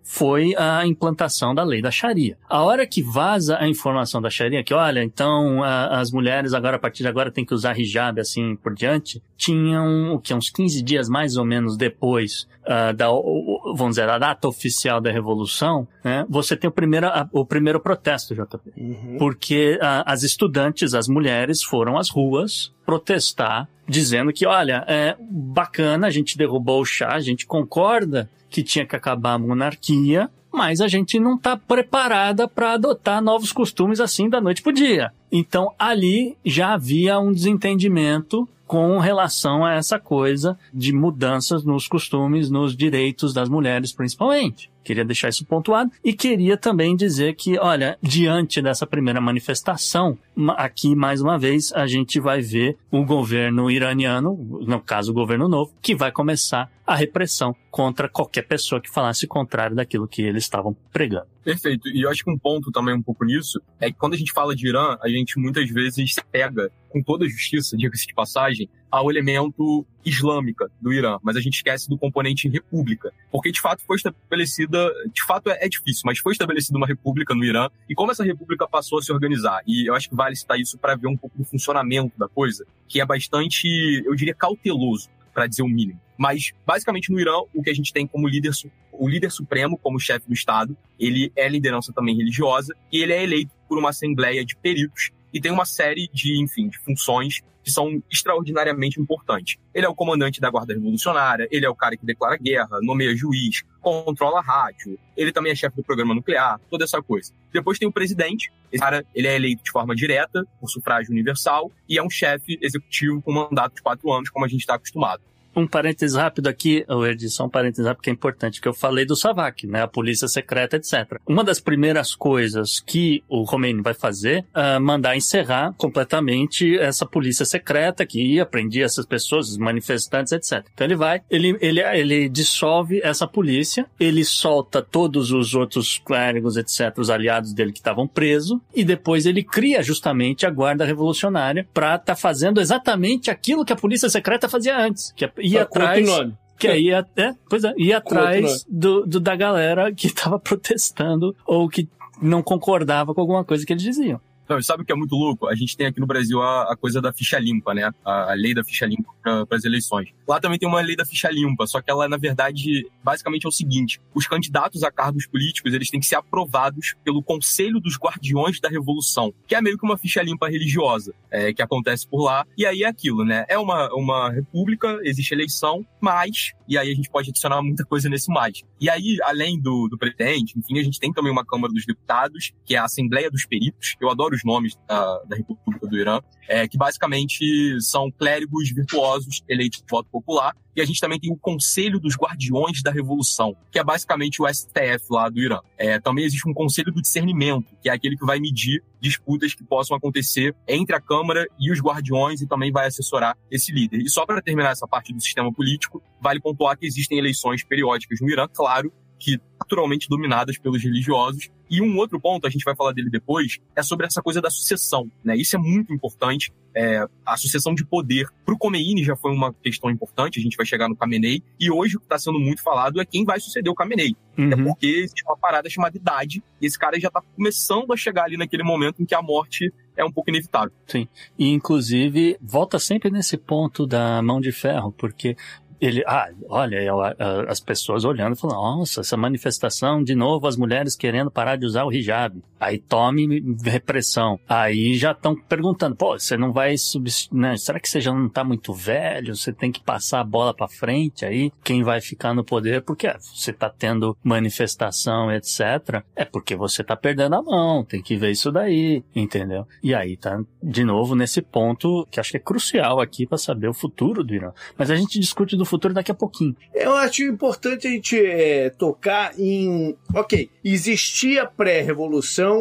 foi a implantação da lei da Sharia. A hora que vaza a informação da Sharia, que olha, então a, as mulheres agora, a partir de agora, têm que usar hijab assim por diante, tinham o que, uns quinze dias mais ou menos depois uh, da, vamos dizer, da data oficial da Revolução, né, você tem o primeiro, a, o primeiro protesto, J P. Uhum. Porque uh, as estudantes, as mulheres, foram às ruas protestar, dizendo que, olha, é bacana, a gente derrubou o Shah, a gente concorda que tinha que acabar a monarquia, mas a gente não está preparada para adotar novos costumes assim da noite pro dia. Então, ali já havia um desentendimento com relação a essa coisa de mudanças nos costumes, nos direitos das mulheres, principalmente. Queria deixar isso pontuado e queria também dizer que, olha, diante dessa primeira manifestação, aqui, mais uma vez, a gente vai ver o governo iraniano, no caso o governo novo, que vai começar a repressão contra qualquer pessoa que falasse contrário daquilo que eles estavam pregando. Perfeito. E eu acho que um ponto também um pouco nisso é que quando a gente fala de Irã, a gente muitas vezes se pega, com toda a justiça, diga-se de passagem, ao elemento islâmica do Irã, mas a gente esquece do componente república, porque de fato foi estabelecida, de fato é, é difícil, mas foi estabelecida uma república no Irã, e como essa república passou a se organizar, e eu acho que vale citar isso para ver um pouco do funcionamento da coisa, que é bastante, eu diria, cauteloso, para dizer o mínimo. Mas, basicamente, no Irã, o que a gente tem como líder, o líder supremo, como chefe do Estado, ele é liderança também religiosa, e ele é eleito por uma assembleia de peritos, e tem uma série de, enfim, de funções que são extraordinariamente importantes. Ele é o comandante da Guarda Revolucionária, ele é o cara que declara guerra, nomeia juiz, controla a rádio, ele também é chefe do programa nuclear, toda essa coisa. Depois tem o presidente, esse cara ele é eleito de forma direta, por sufrágio universal, e é um chefe executivo com mandato de quatro anos, como a gente está acostumado. Um parênteses rápido aqui, Ed, só um parênteses rápido que é importante, que eu falei do Savak, né, a polícia secreta, etcétera. Uma das primeiras coisas que o Khomeini vai fazer é uh, mandar encerrar completamente essa polícia secreta que ia, prendia essas pessoas, os manifestantes, etcétera. Então ele vai, ele, ele, ele dissolve essa polícia, ele solta todos os outros clérigos, etcétera, os aliados dele que estavam presos, e depois ele cria justamente a Guarda Revolucionária para estar tá fazendo exatamente aquilo que a polícia secreta fazia antes, que é ia atrás, que aí ia, é, pois é, ia atrás do, do, da galera que estava protestando ou que não concordava com alguma coisa que eles diziam. Não, sabe o que é muito louco? A gente tem aqui no Brasil a, a coisa da ficha limpa, né? A, a lei da ficha limpa para as eleições. Lá também tem uma lei da ficha limpa, só que ela, na verdade, basicamente é o seguinte: os candidatos a cargos políticos, eles têm que ser aprovados pelo Conselho dos Guardiões da Revolução, que é meio que uma ficha limpa religiosa, é, que acontece por lá. E aí é aquilo, né? É uma, uma república, existe eleição, mas... E aí a gente pode adicionar muita coisa nesse mais. E aí, além do, do presidente, enfim, a gente tem também uma Câmara dos Deputados, que é a Assembleia dos Peritos. Eu adoro os nomes da, da República do Irã, é, que basicamente são clérigos virtuosos eleitos por voto popular. E a gente também tem o Conselho dos Guardiões da Revolução, que é basicamente o S T F lá do Irã. É, também existe um Conselho do Discernimento, que é aquele que vai medir disputas que possam acontecer entre a Câmara e os Guardiões e também vai assessorar esse líder. E só para terminar essa parte do sistema político, vale pontuar que existem eleições periódicas no Irã, claro, que naturalmente dominadas pelos religiosos. E um outro ponto, a gente vai falar dele depois, é sobre essa coisa da sucessão, né? Isso é muito importante, é, a sucessão de poder. Para o Khomeini já foi uma questão importante, a gente vai chegar no Khamenei, e hoje o que está sendo muito falado é quem vai suceder o Khamenei. Uhum. É porque existe uma parada chamada idade, e esse cara já está começando a chegar ali naquele momento em que a morte é um pouco inevitável. Sim, e inclusive volta sempre nesse ponto da mão de ferro, porque ele, ah, olha, as pessoas olhando e falando, nossa, essa manifestação, de novo as mulheres querendo parar de usar o hijab. Aí tome repressão. Aí já estão perguntando, pô, você não vai substituir, né? Será que você já não tá muito velho? Você tem que passar a bola pra frente aí? Quem vai ficar no poder? Porque ah, você tá tendo manifestação, etcétera. É porque você tá perdendo a mão, tem que ver isso daí, entendeu? E aí tá, de novo, nesse ponto que acho que é crucial aqui pra saber o futuro do Irã. Mas a gente discute do futuro daqui a pouquinho. Eu acho importante a gente é, tocar em... Ok, existia pré-revolução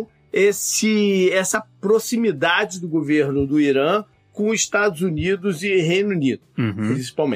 esse, essa proximidade do governo do Irã com os Estados Unidos e Reino Unido, uhum. principalmente.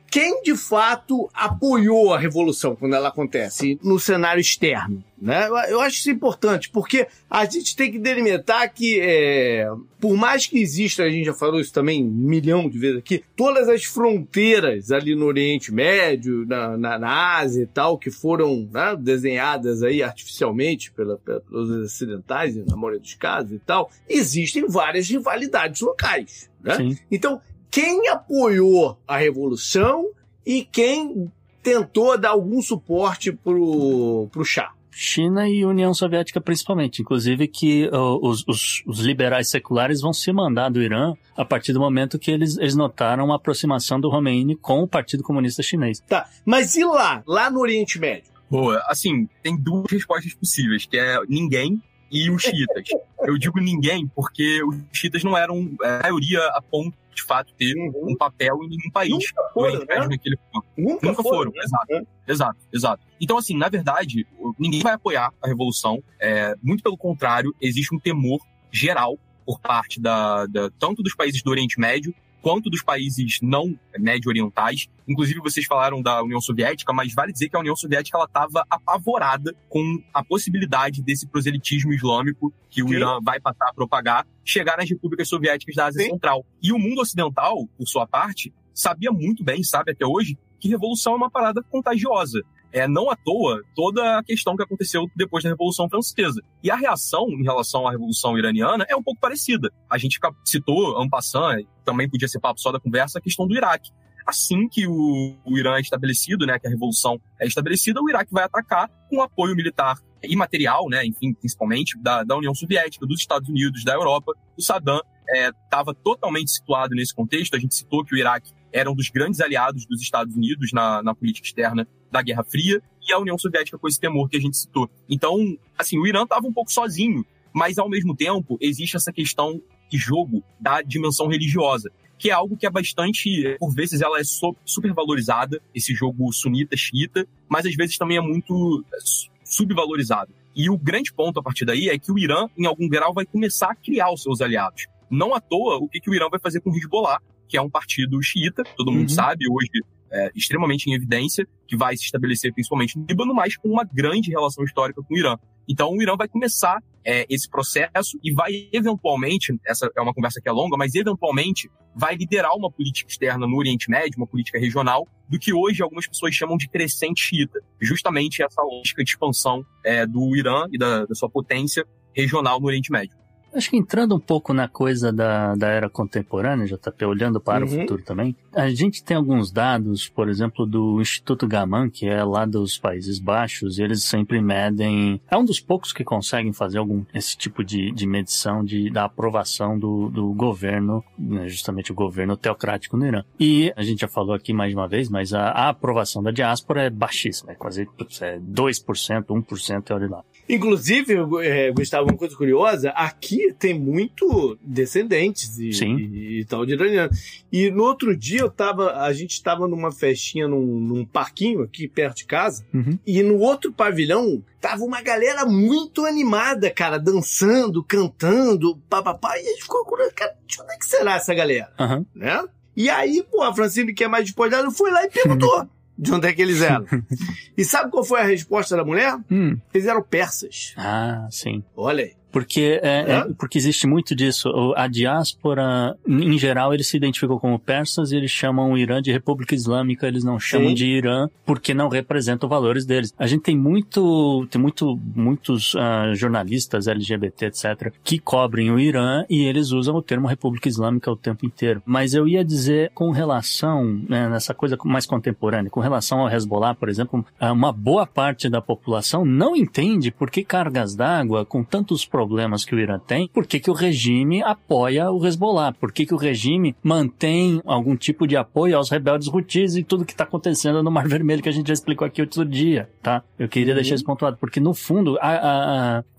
quem de fato apoiou a revolução quando ela acontece no cenário externo, né? Eu acho isso importante, porque a gente tem que delimitar que, é, por mais que exista, a gente já falou isso também um milhão de vezes aqui, todas as fronteiras ali no Oriente Médio, na, na, na Ásia e tal, que foram, né, desenhadas aí artificialmente pela, pelos ocidentais, na maioria dos casos e tal, existem várias rivalidades locais, né? Sim. Então, quem apoiou a Revolução e quem tentou dar algum suporte pro, pro Shah? China e União Soviética principalmente, inclusive que uh, os, os, os liberais seculares vão se mandar do Irã a partir do momento que eles, eles notaram a aproximação do Khomeini com o Partido Comunista Chinês. Tá, mas e lá? Lá no Oriente Médio? Boa, assim, tem duas respostas possíveis, que é ninguém e os xiitas. Eu digo ninguém porque os xiitas não eram a maioria a ponto de fato ter uhum. um papel em nenhum país. Nunca foram, né? naquele... Nunca, Nunca foram, foram né? exato, é. exato, exato. Então, assim, na verdade, ninguém vai apoiar a Revolução. É, muito pelo contrário, existe um temor geral por parte da, da, tanto dos países do Oriente Médio quanto dos países não médio-orientais. Inclusive, vocês falaram da União Soviética, mas vale dizer que a União Soviética estava apavorada com a possibilidade desse proselitismo islâmico que o Sim. Irã vai passar a propagar chegar nas repúblicas soviéticas da Ásia Sim. Central. E o mundo ocidental, por sua parte, sabia muito bem, sabe até hoje, que revolução é uma parada contagiosa. É, não à toa toda a questão que aconteceu depois da Revolução Francesa. E a reação em relação à Revolução Iraniana é um pouco parecida. A gente citou, en passant, também podia ser papo só da conversa, a questão do Iraque. Assim que o, o Irã é estabelecido, né, que a Revolução é estabelecida, o Iraque vai atacar com apoio militar e material, né, enfim, principalmente da, da União Soviética, dos Estados Unidos, da Europa. O Saddam estava é, totalmente situado nesse contexto. A gente citou que o Iraque era um dos grandes aliados dos Estados Unidos na, na política externa da Guerra Fria, e a União Soviética com esse temor que a gente citou. Então, assim, o Irã estava um pouco sozinho, mas ao mesmo tempo existe essa questão de jogo da dimensão religiosa, que é algo que é bastante, por vezes ela é super valorizada, esse jogo sunita-xiita, mas às vezes também é muito subvalorizado. E o grande ponto a partir daí é que o Irã, em algum grau, vai começar a criar os seus aliados. Não à toa, o que, que o Irã vai fazer com o Hezbollah, que é um partido xiita, todo mundo uhum. sabe, hoje é, extremamente em evidência, que vai se estabelecer principalmente no Líbano, mas com uma grande relação histórica com o Irã. Então o Irã vai começar é, esse processo e vai eventualmente, essa é uma conversa que é longa, mas eventualmente vai liderar uma política externa no Oriente Médio, uma política regional, do que hoje algumas pessoas chamam de crescente xiita. Justamente essa lógica de expansão é, do Irã e da, da sua potência regional no Oriente Médio. Acho que entrando um pouco na coisa da, da era contemporânea, J P, olhando para uhum. o futuro também, a gente tem alguns dados, por exemplo, do Instituto Gaman, que é lá dos Países Baixos, e eles sempre medem, é um dos poucos que conseguem fazer algum esse tipo de, de medição de, da aprovação do, do governo, né, justamente o governo teocrático no Irã. E a gente já falou aqui mais de uma vez, mas a, a aprovação da diáspora é baixíssima, é quase é dois por cento, um por cento, é olha lá. Inclusive, é, Gustavo, uma coisa curiosa, aqui tem muito descendentes e, e, e tal de iraniano. E no outro dia eu tava, a gente estava numa festinha num, num parquinho aqui perto de casa, uhum. e no outro pavilhão tava uma galera muito animada, cara, dançando, cantando, papapá, e a gente ficou curioso, cara, de onde é que será essa galera? Uhum. Né? E aí, pô, a Francine, que é mais despojada, foi lá e perguntou. De onde é que eles eram. E sabe qual foi a resposta da mulher? Hum. Eles eram persas. Ah, sim. Olha aí. Porque, é, é, porque existe muito disso. A diáspora, em geral, eles se identificam como persas e eles chamam o Irã de República Islâmica, eles não chamam Sim. de Irã porque não representam os valores deles. A gente tem muito, tem muito, muitos uh, jornalistas L G B T, etcétera, que cobrem o Irã e eles usam o termo República Islâmica o tempo inteiro. Mas eu ia dizer, com relação, né, nessa coisa mais contemporânea, com relação ao Hezbollah, por exemplo, uma boa parte da população não entende por que cargas d'água, com tantos problemas problemas que o Irã tem, por que que o regime apoia o Hezbollah? Por que que o regime mantém algum tipo de apoio aos rebeldes Houthis e tudo que está acontecendo no Mar Vermelho, que a gente já explicou aqui outro dia, tá? Eu queria uhum. deixar isso pontuado, porque no fundo, a, a, a,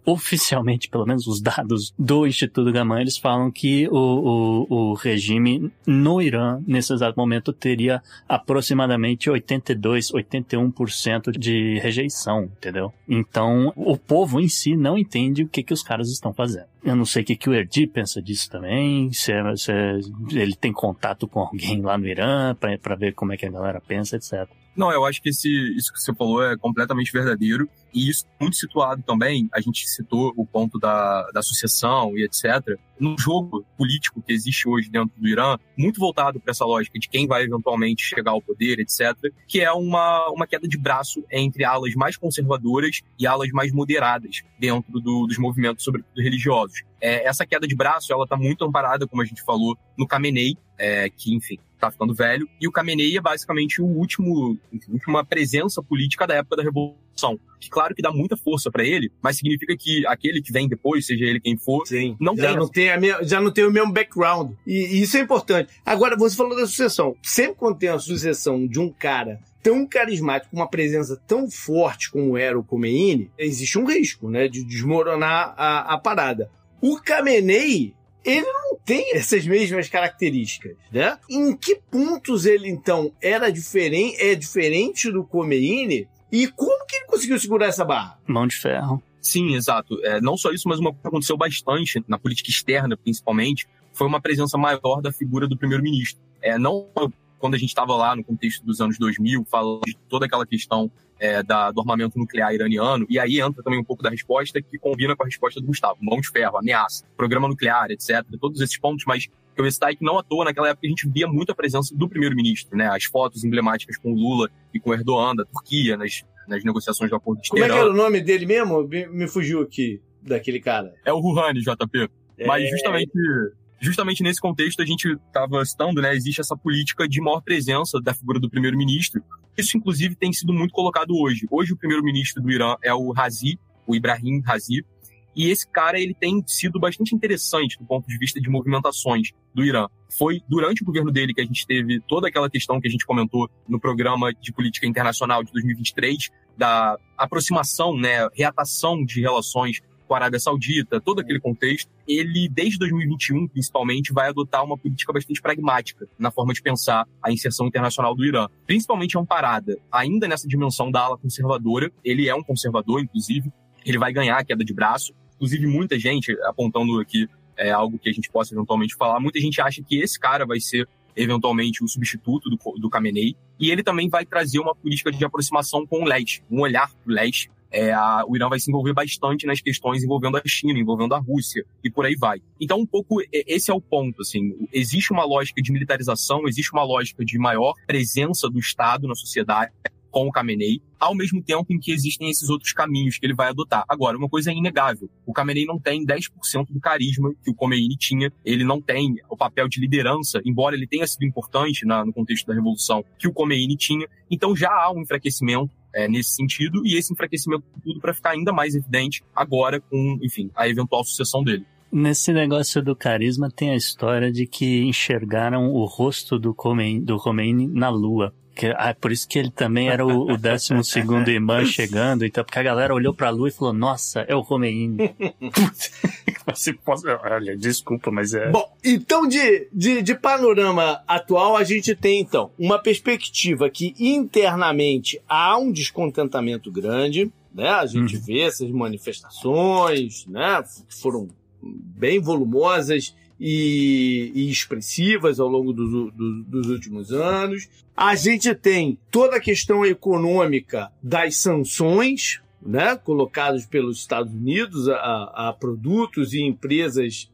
oficialmente, pelo menos os dados do Instituto Gaman, eles falam que o, o, o regime no Irã, nesse exato momento, teria aproximadamente oitenta e dois, oitenta e um por cento de rejeição, entendeu? Então, o povo em si não entende o que, que os caras estão fazendo. Eu não sei o que, que o Erdi pensa disso também, se, é, se é, ele tem contato com alguém lá no Irã pra, pra ver como é que a galera pensa, etcétera. Não, eu acho que esse, isso que você falou é completamente verdadeiro. E isso muito situado também, a gente citou o ponto da, da sucessão e etcétera. No jogo político que existe hoje dentro do Irã, muito voltado para essa lógica de quem vai eventualmente chegar ao poder, etcétera, que é uma, uma queda de braço entre alas mais conservadoras e alas mais moderadas dentro do, dos movimentos, sobretudo religiosos. É, essa queda de braço, ela está muito amparada, como a gente falou, no Khamenei, é, que, enfim, está ficando velho. E o Khamenei é basicamente o último, enfim, última presença política da época da Revolução. Que claro que dá muita força para ele, mas significa que aquele que vem depois, seja ele quem for, Sim, não já tem não tem a me... já não tem o mesmo background. E, e isso é importante. Agora, você falou da sucessão. Sempre quando tem a sucessão de um cara tão carismático, com uma presença tão forte como era o Khomeini, existe um risco, né, de desmoronar a, a parada. O Khamenei, ele não tem essas mesmas características, né? Em que pontos ele, então, era diferente, é diferente do Khomeini? E como que ele conseguiu segurar essa barra? Mão de ferro. Sim, exato. É, não só isso, mas uma coisa que aconteceu bastante, na política externa principalmente, foi uma presença maior da figura do primeiro-ministro. É, não quando a gente estava lá no contexto dos anos dois mil, falando de toda aquela questão é, da, do armamento nuclear iraniano, e aí entra também um pouco da resposta que combina com a resposta do Gustavo. Mão de ferro, ameaça, programa nuclear, etcétera. Todos esses pontos, mas eu ia citar que não à toa, naquela época a gente via muito a presença do primeiro-ministro, né? As fotos emblemáticas com o Lula e com o Erdogan, da Turquia, nas, nas negociações do acordo de Como Teherã. é que era o nome dele mesmo? Me, me fugiu aqui daquele cara. É o Rouhani, J P. É... Mas justamente... Justamente nesse contexto, a gente estava citando, né, existe essa política de maior presença da figura do primeiro-ministro. Isso, inclusive, tem sido muito colocado hoje. Hoje, o primeiro-ministro do Irã é o Razi, o Ibrahim Razi, e esse cara ele tem sido bastante interessante do ponto de vista de movimentações do Irã. Foi durante o governo dele que a gente teve toda aquela questão que a gente comentou no programa de política internacional de dois mil e vinte e três, da aproximação, né, reatação de relações com a Arábia Saudita, todo aquele contexto. Ele, desde dois mil e vinte e um, principalmente, vai adotar uma política bastante pragmática na forma de pensar a inserção internacional do Irã. Principalmente amparada ainda nessa dimensão da ala conservadora. Ele é um conservador, inclusive. Ele vai ganhar a queda de braço. Inclusive, muita gente, apontando aqui é, algo que a gente possa eventualmente falar, muita gente acha que esse cara vai ser, eventualmente, o substituto do, do Khamenei. E ele também vai trazer uma política de aproximação com o leste, um olhar para o leste. É, a, o Irã vai se envolver bastante nas questões envolvendo a China, envolvendo a Rússia, e por aí vai. Então, um pouco, esse é o ponto, assim, existe uma lógica de militarização, existe uma lógica de maior presença do Estado na sociedade com o Khamenei, ao mesmo tempo em que existem esses outros caminhos que ele vai adotar. Agora, uma coisa é inegável, o Khamenei não tem dez por cento do carisma que o Khomeini tinha, ele não tem o papel de liderança, embora ele tenha sido importante na, no contexto da Revolução, que o Khomeini tinha, então já há um enfraquecimento É, nesse sentido, e esse enfraquecimento tudo para ficar ainda mais evidente agora com, enfim, a eventual sucessão dele. Nesse negócio do carisma tem a história de que enxergaram o rosto do Khomeini, do Khomeini na Lua. Que, ah, por isso que ele também era o, o décimo segundo imã chegando, então, porque a galera olhou pra Lua e falou, nossa, é o Khomeini. Você pode... Olha, desculpa, mas é... Bom, então de, de, de panorama atual, a gente tem, então, uma perspectiva que internamente há um descontentamento grande, né? A gente hum. vê essas manifestações, né? Que foram bem volumosas e, e expressivas ao longo do, do, dos últimos anos. A gente tem toda a questão econômica das sanções, né, colocados pelos Estados Unidos a, a produtos e empresas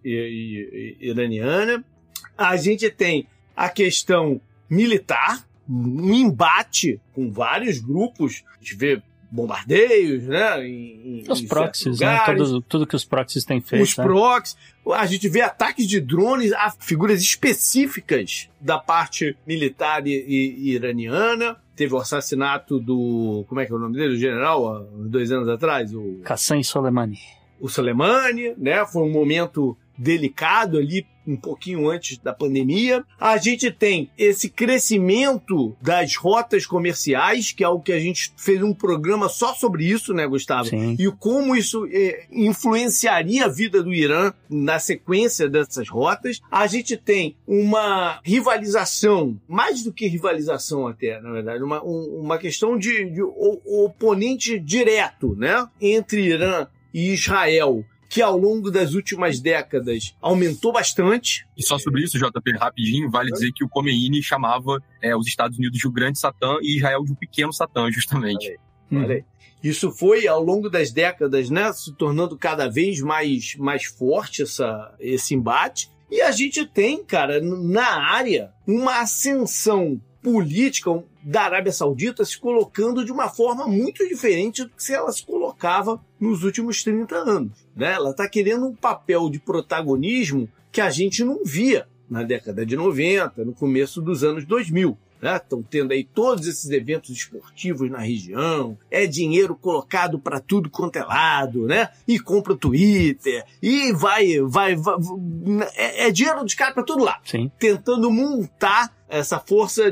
iranianas. A gente tem a questão militar, um embate com vários grupos. A gente vê bombardeios, né? Em, os em proxies, né? Tudo, tudo que os proxies têm feito. Os né? proxies. A gente vê ataques de drones a figuras específicas da parte militar e, e, iraniana. Teve o assassinato do... Como é que é o nome dele? O general, há dois anos atrás? O Qassem Soleimani. O Soleimani, né? Foi um momento delicado ali um pouquinho antes da pandemia. A gente tem esse crescimento das rotas comerciais, que é o que a gente fez um programa só sobre isso, né, Gustavo? Sim. E como isso é, influenciaria a vida do Irã na sequência dessas rotas. A gente tem uma rivalização, mais do que rivalização até, na verdade, uma, um, uma questão de, de oponente direto, né, entre Irã e Israel, que ao longo das últimas décadas aumentou bastante. E só sobre isso, J P, rapidinho, vale dizer que o Khomeini chamava é, os Estados Unidos de o grande Satã e Israel de o pequeno Satã, justamente. Olha aí, olha aí. Isso foi, ao longo das décadas, né, se tornando cada vez mais, mais forte essa, esse embate. E a gente tem, cara, na área, uma ascensão política da Arábia Saudita se colocando de uma forma muito diferente do que ela se colocava nos últimos trinta anos. Né? Ela está querendo um papel de protagonismo que a gente não via na década de noventa, no começo dos anos dois mil. Estão, né? Tendo aí todos esses eventos esportivos na região, é dinheiro colocado para tudo quanto é lado, né? E compra o Twitter, e vai, vai, vai é, é dinheiro dos caras para todo lado. Sim. Tentando montar essa força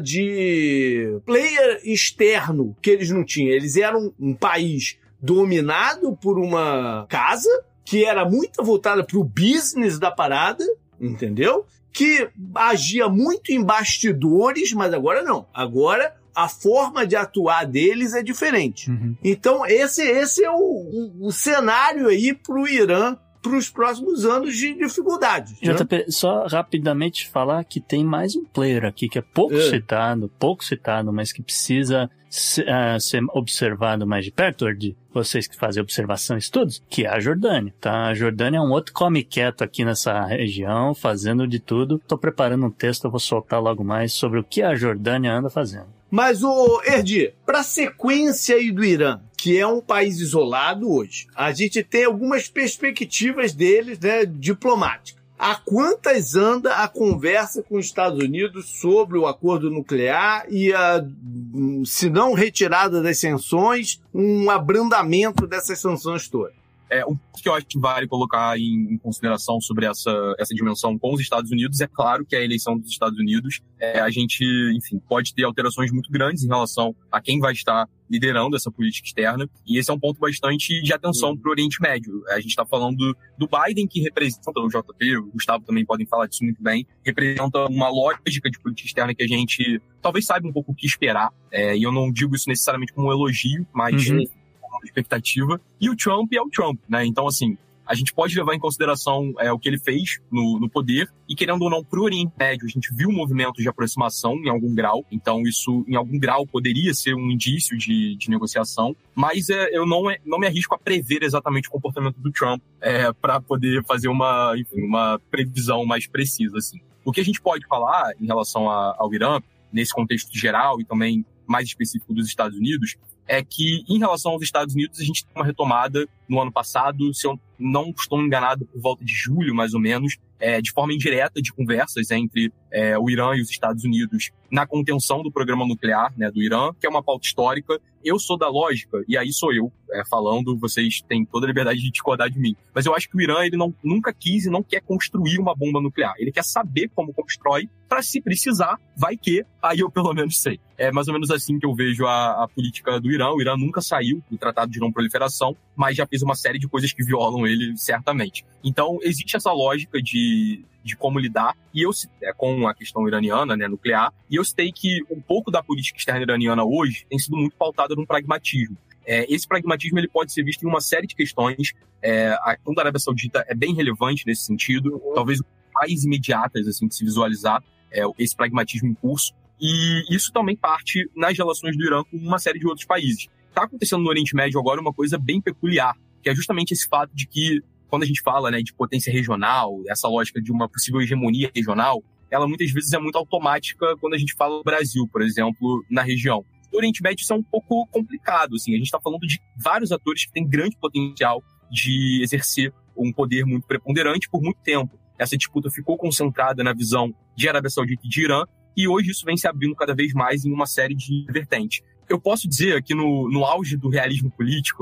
de player externo que eles não tinham. Eles eram um país dominado por uma casa que era muito voltada para o business da parada, entendeu? Que agia muito em bastidores, mas agora não. Agora a forma de atuar deles é diferente. Uhum. Então esse, esse é o, o, o cenário aí para o Irã para os próximos anos de dificuldades. Né? J P, só rapidamente falar que tem mais um player aqui que é pouco é. citado, pouco citado, mas que precisa ser, uh, ser observado mais de perto, de vocês que fazem observação e estudos, que é a Jordânia, tá? A Jordânia é um outro come quieto aqui nessa região, fazendo de tudo. Tô preparando um texto, eu vou soltar logo mais sobre o que a Jordânia anda fazendo. Mas, ô Erdi, para a sequência aí do Irã, que é um país isolado hoje, a gente tem algumas perspectivas deles, né, diplomáticas. Há quantas anda a conversa com os Estados Unidos sobre o acordo nuclear e a, se não retirada das sanções, um abrandamento dessas sanções todas? É, um que eu acho que vale colocar em, em consideração sobre essa, essa dimensão com os Estados Unidos, é claro que a eleição dos Estados Unidos, é, a gente, enfim, pode ter alterações muito grandes em relação a quem vai estar liderando essa política externa, e esse é um ponto bastante de atenção uhum. para o Oriente Médio. A gente está falando do, do Biden, que representa, o J P, o Gustavo também podem falar disso muito bem, representa uma lógica de política externa que a gente talvez saiba um pouco o que esperar, é, e eu não digo isso necessariamente como um elogio, mas... Uhum. expectativa, e o Trump é o Trump, né? Então, assim, a gente pode levar em consideração é, o que ele fez no, no poder, e querendo ou não, pro Oriente Médio, a gente viu um movimento de aproximação em algum grau, então isso, em algum grau, poderia ser um indício de, de negociação, mas é, eu não, é, não me arrisco a prever exatamente o comportamento do Trump é, para poder fazer uma, enfim, uma previsão mais precisa, assim. O que a gente pode falar em relação a, ao Irã, nesse contexto geral e também mais específico dos Estados Unidos, é que, em relação aos Estados Unidos, a gente tem uma retomada no ano passado, se eu não estou enganado, por volta de julho, mais ou menos, é, de forma indireta de conversas entre é, o Irã e os Estados Unidos na contenção do programa nuclear, né, do Irã, que é uma pauta histórica. Eu sou da lógica, e aí sou eu é, falando, vocês têm toda a liberdade de discordar de mim, mas eu acho que o Irã ele não, nunca quis e não quer construir uma bomba nuclear. Ele quer saber como constrói, para se precisar, vai que, aí eu pelo menos sei. É mais ou menos assim que eu vejo a, a política do Irã. O Irã nunca saiu do Tratado de Não Proliferação, mas já fez uma série de coisas que violam ele, certamente. Então, existe essa lógica de, de como lidar, e eu é, com a questão iraniana, né, nuclear, e eu citei que um pouco da política externa iraniana hoje tem sido muito pautada num pragmatismo. É, esse pragmatismo ele pode ser visto em uma série de questões. É, a questão da Arábia Saudita é bem relevante nesse sentido, talvez mais imediatas assim, de se visualizar é, esse pragmatismo em curso, e isso também parte nas relações do Irã com uma série de outros países. Está acontecendo no Oriente Médio agora uma coisa bem peculiar, que é justamente esse fato de que, quando a gente fala, né, de potência regional, essa lógica de uma possível hegemonia regional, ela muitas vezes é muito automática quando a gente fala do Brasil, por exemplo, na região. No Oriente Médio isso é um pouco complicado, assim, a gente está falando de vários atores que têm grande potencial de exercer um poder muito preponderante por muito tempo. Essa disputa ficou concentrada na visão de Arábia Saudita e de Irã, e hoje isso vem se abrindo cada vez mais em uma série de vertentes. Eu posso dizer que no, no auge do realismo político,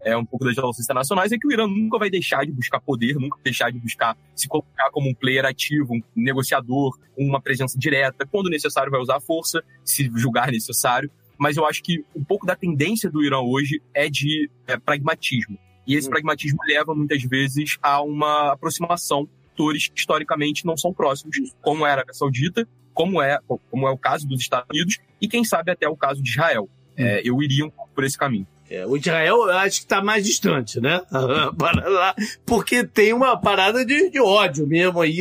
é, um pouco das relações internacionais, é que o Irã nunca vai deixar de buscar poder, nunca vai deixar de buscar se colocar como um player ativo, um negociador, uma presença direta. Quando necessário, vai usar a força, se julgar necessário. Mas eu acho que um pouco da tendência do Irã hoje é de é, pragmatismo. E esse hum. pragmatismo leva, muitas vezes, a uma aproximação de atores que, historicamente, não são próximos, como é a Arábia Saudita, como é, como é o caso dos Estados Unidos e, quem sabe, até o caso de Israel. Hum. É, eu iria um pouco por esse caminho. É, o Israel, eu acho que está mais distante, né? Porque tem uma parada de, de ódio mesmo aí,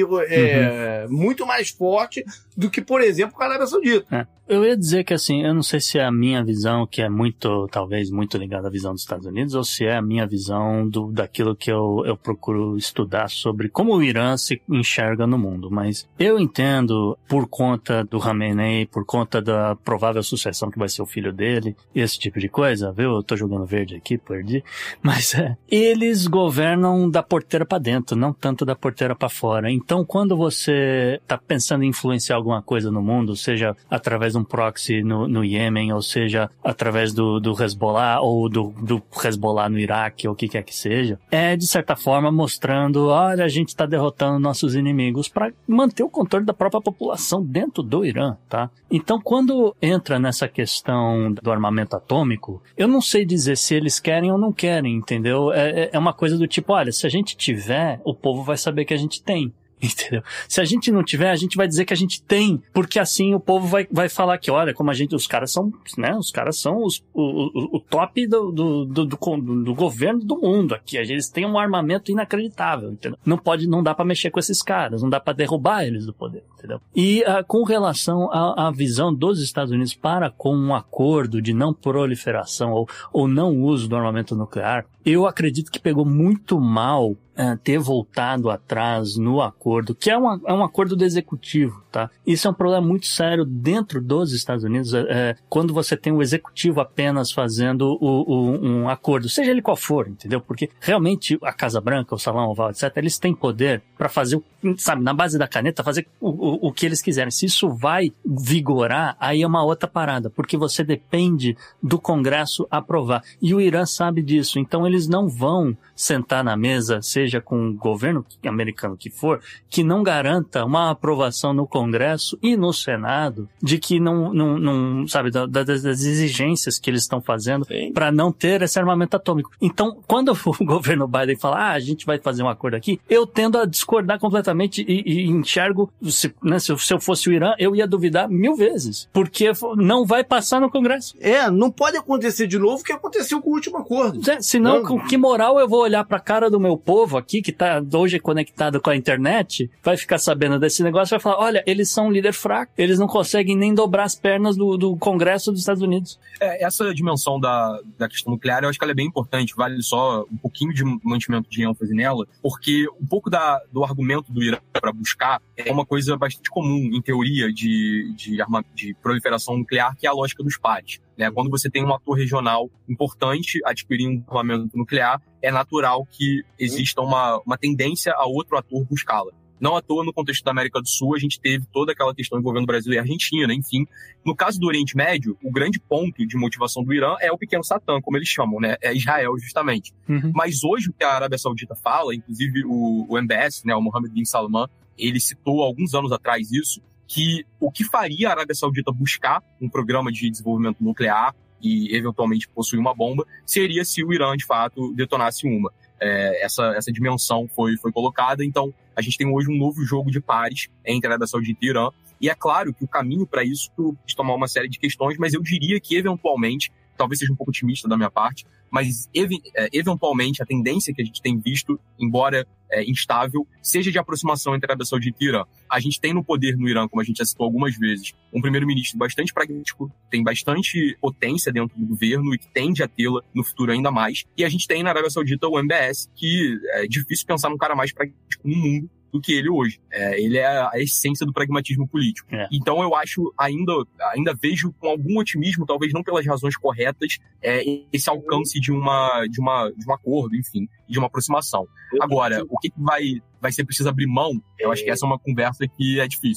é, uhum. muito mais forte do que, por exemplo, com a Arábia Saudita. É. Eu ia dizer que, assim, eu não sei se é a minha visão, que é muito, talvez, muito ligada à visão dos Estados Unidos, ou se é a minha visão do, daquilo que eu, eu procuro estudar sobre como o Irã se enxerga no mundo. Mas eu entendo, por conta do Khamenei, por conta da provável sucessão que vai ser o filho dele, esse tipo de coisa, viu? Eu tô jogando verde aqui, perdi. Mas é, eles governam da porteira pra dentro, não tanto da porteira pra fora. Então, quando você tá pensando em influenciar alguma coisa no mundo, seja através de um proxy no, no Iêmen, ou seja, através do, do Hezbollah, ou do, do Hezbollah no Iraque, ou o que quer que seja, é, de certa forma, mostrando, olha, a gente tá derrotando nossos inimigos para manter o controle da própria população dentro do Irã, tá? Então, quando entra nessa questão do armamento atômico, eu não sei dizer se eles querem ou não querem, entendeu? É, é uma coisa do tipo, olha, se a gente tiver, o povo vai saber que a gente tem. Entendeu? Se a gente não tiver, a gente vai dizer que a gente tem, porque assim o povo vai, vai falar que, olha, como a gente, os caras são, né, os caras são os, o, o, o top do, do, do, do, do governo do mundo aqui, eles têm um armamento inacreditável, entendeu? Não pode, não dá pra mexer com esses caras, não dá pra derrubar eles do poder, entendeu? E uh, com relação à, à visão dos Estados Unidos para com um acordo de não proliferação ou, ou não uso do armamento nuclear, eu acredito que pegou muito mal É, ter voltado atrás no acordo, que é, uma, é um acordo do executivo, tá? Isso é um problema muito sério dentro dos Estados Unidos, é, é, quando você tem o executivo apenas fazendo o, o, um acordo, seja ele qual for, entendeu? Porque realmente a Casa Branca, o Salão Oval, etcétera, eles têm poder para fazer, sabe, na base da caneta, fazer o, o, o que eles quiserem. Se isso vai vigorar, aí é uma outra parada, porque você depende do Congresso aprovar. E o Irã sabe disso, então eles não vão sentar na mesa, seja com o governo americano que for, que não garanta uma aprovação no Congresso e no Senado de que não, não, não sabe, da, das exigências que eles estão fazendo para não ter esse armamento atômico. Então, quando o governo Biden fala, ah, a gente vai fazer um acordo aqui, eu tendo a discordar completamente e, e enxergo, se, né, se, eu, se eu fosse o Irã, eu ia duvidar mil vezes, porque não vai passar no Congresso. É, não pode acontecer de novo o que aconteceu com o último acordo. É, senão, não. Com que moral eu vou olhar pra cara do meu povo aqui, que tá hoje conectado com a internet, vai ficar sabendo desse negócio, vai falar, olha, eles são um líder fraco, eles não conseguem nem dobrar as pernas do, do Congresso dos Estados Unidos. É, essa dimensão da, da questão nuclear, eu acho que ela é bem importante, vale só um pouquinho de mantimento de ênfase nela, porque um pouco da, do argumento do Irã para buscar é uma coisa bastante comum, em teoria, de, de, arma, de proliferação nuclear, que é a lógica dos pares. Né? Quando você tem um ator regional importante adquirindo um armamento nuclear, é natural que exista uma, uma tendência a outro ator buscá-la. Não à toa, no contexto da América do Sul, a gente teve toda aquela questão envolvendo Brasil e Argentina, enfim. No caso do Oriente Médio, o grande ponto de motivação do Irã é o pequeno Satã, como eles chamam, né? É Israel, justamente. Uhum. Mas hoje, o que a Arábia Saudita fala, inclusive o, o M B S, né, o Mohammed bin Salman, ele citou alguns anos atrás isso, que o que faria a Arábia Saudita buscar um programa de desenvolvimento nuclear e, eventualmente, possuir uma bomba, seria se o Irã, de fato, detonasse uma. É, essa, essa dimensão foi, foi colocada, então a gente tem hoje um novo jogo de pares entre a Arábia Saudita e o Irã, e é claro que o caminho para isso é tomar uma série de questões, mas eu diria que, eventualmente, talvez seja um pouco otimista da minha parte, mas ev- é, eventualmente a tendência que a gente tem visto, embora é, instável, seja de aproximação entre a Arábia Saudita e o Irã. A gente tem no poder no Irã, como a gente já citou algumas vezes, um primeiro-ministro bastante pragmático, tem bastante potência dentro do governo e que tende a tê-la no futuro ainda mais. E a gente tem na Arábia Saudita o M B S, que é difícil pensar num cara mais pragmático no mundo do que ele hoje. É, ele é a essência do pragmatismo político. É. Então eu acho, ainda, ainda vejo com algum otimismo, talvez não pelas razões corretas, é, esse alcance de, uma, de, uma, de um acordo, enfim, de uma aproximação. Agora, o que vai, vai ser preciso abrir mão, eu acho que essa é uma conversa que é difícil.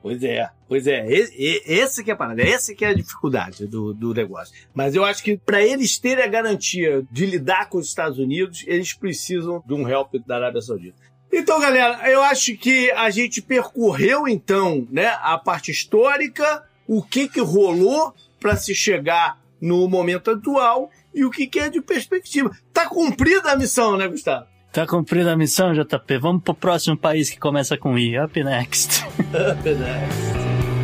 Pois é, pois é. E, e, esse que é a parada, essa que é a dificuldade do, do negócio. Mas eu acho que para eles terem a garantia de lidar com os Estados Unidos, eles precisam de um help da Arábia Saudita. Então, galera, eu acho que a gente percorreu, então, né, a parte histórica, o que que rolou para se chegar no momento atual e o que que é de perspectiva. Tá cumprida a missão, né, Gustavo? Tá cumprida a missão, J P. Vamos pro próximo país que começa com I. Up next. Up next.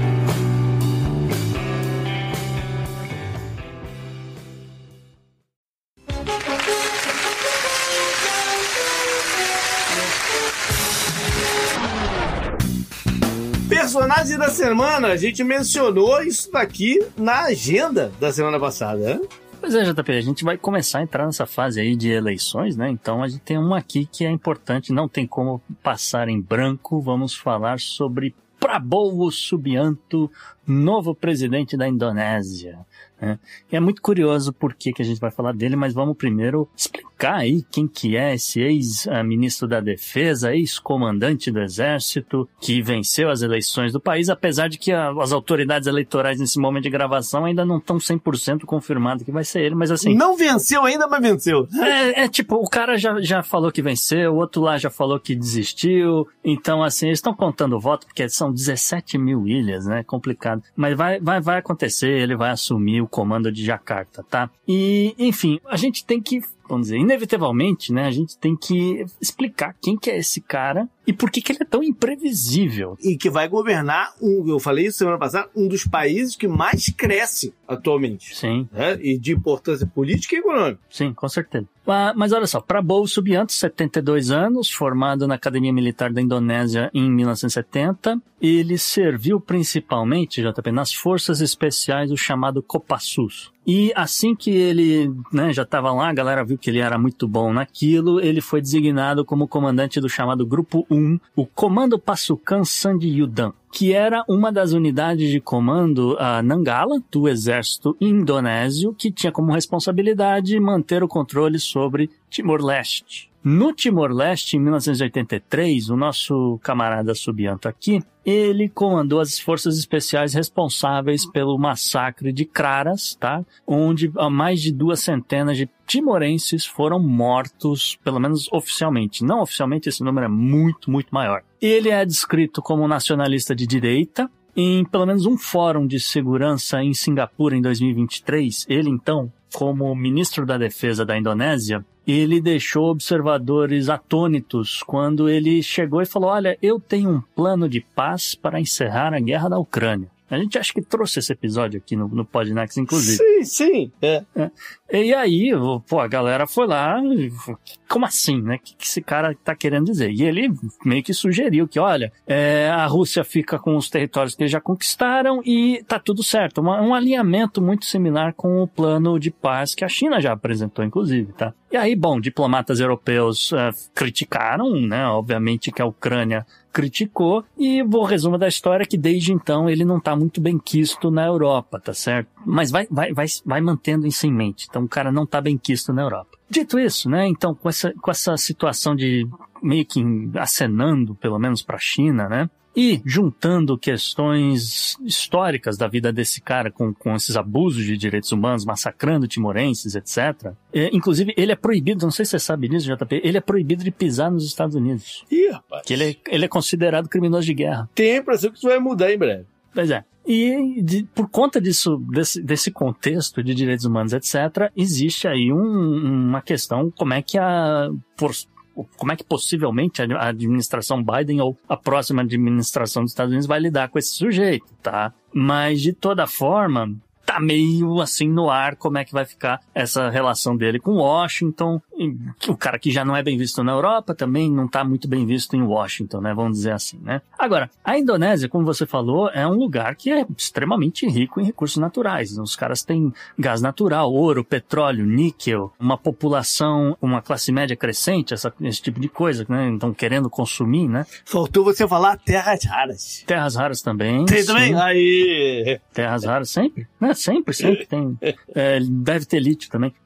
Personagem da semana, a gente mencionou isso daqui na agenda da semana passada, né? Pois é, J P, a gente vai começar a entrar nessa fase aí de eleições, né? Então a gente tem uma aqui que é importante, não tem como passar em branco. Vamos falar sobre Prabowo Subianto, novo presidente da Indonésia. Né? E é muito curioso por que que a gente vai falar dele, mas vamos primeiro explicar aí quem que é esse ex-ministro da Defesa, ex-comandante do Exército, que venceu as eleições do país, apesar de que a, as autoridades eleitorais nesse momento de gravação ainda não estão cem por cento confirmadas que vai ser ele, mas assim... Não venceu ainda, mas venceu. É, é tipo, o cara já, já falou que venceu, o outro lá já falou que desistiu, então assim, eles estão contando o voto, porque são dezessete mil ilhas, né? Complicado. Mas vai, vai, vai acontecer, ele vai assumir o comando de Jacarta, tá? E, enfim, a gente tem que, vamos dizer, inevitavelmente, né, a gente tem que explicar quem que é esse cara e por que que ele é tão imprevisível. E que vai governar, um, eu falei isso semana passada, um dos países que mais cresce atualmente. Sim. Né? E de importância política e econômica. Sim, com certeza. Mas, mas olha só, Prabowo Subianto, setenta e dois anos, formado na Academia Militar da Indonésia em mil novecentos e setenta. Ele serviu principalmente, J P, nas Forças Especiais, o chamado Kopassus. E assim que ele, né, já estava lá, a galera viu que ele era muito bom naquilo, ele foi designado como comandante do chamado Grupo um, o Comando Pasukan Sandiyudan, que era uma das unidades de comando a Nanggala, do exército indonésio, que tinha como responsabilidade manter o controle sobre Timor-Leste. No Timor-Leste, em mil novecentos e oitenta e três, o nosso camarada Subianto aqui, ele comandou as forças especiais responsáveis pelo massacre de Craras, tá? Onde mais de duas centenas de timorenses foram mortos, pelo menos oficialmente. Não oficialmente, esse número é muito, muito maior. Ele é descrito como nacionalista de direita. Em pelo menos um fórum de segurança em Singapura em dois mil e vinte e três, ele então, como ministro da Defesa da Indonésia, ele deixou observadores atônitos quando ele chegou e falou: olha, eu tenho um plano de paz para encerrar a guerra da Ucrânia. A gente acha que trouxe esse episódio aqui no, no Podnext, inclusive. Sim, sim. É. É. E aí, pô, a galera foi lá, como assim, né? O que, que esse cara tá querendo dizer? E ele meio que sugeriu que, olha, é, a Rússia fica com os territórios que eles já conquistaram e tá tudo certo. Um, um alinhamento muito similar com o plano de paz que a China já apresentou, inclusive, tá? E aí, bom, diplomatas europeus uh, criticaram, né? Obviamente que a Ucrânia criticou, e o resumo da história é que desde então ele não tá muito bem quisto na Europa, tá certo? Mas vai, vai, vai, vai mantendo isso em mente. Então o cara não tá bem quisto na Europa. Dito isso, né? Então com essa, com essa situação de meio que acenando, pelo menos pra China, né? E juntando questões históricas da vida desse cara com, com esses abusos de direitos humanos, massacrando timorenses, etcétera. É, inclusive, ele é proibido, não sei se você sabe disso, J P, ele é proibido de pisar nos Estados Unidos. Ih, rapaz. Que ele é, ele é considerado criminoso de guerra. Tem a impressão que isso vai mudar em breve. Pois é. E de, por conta disso, desse, desse contexto de direitos humanos, etcétera, existe aí um, uma questão, como é que a... Por, como é que possivelmente a administração Biden ou a próxima administração dos Estados Unidos vai lidar com esse sujeito, tá? Mas, de toda forma, tá meio assim no ar como é que vai ficar essa relação dele com Washington. O cara que já não é bem visto na Europa também não tá muito bem visto em Washington, né? Vamos dizer assim, né? Agora, a Indonésia, como você falou, é um lugar que é extremamente rico em recursos naturais. Os caras têm gás natural, ouro, petróleo, níquel, uma população, uma classe média crescente, essa, esse tipo de coisa, né? Então, querendo consumir, né? Faltou você falar terras raras. Terras raras também. Tem também? Aí! Terras raras sempre, né? Sempre, sempre tem. É, deve ter lítio também.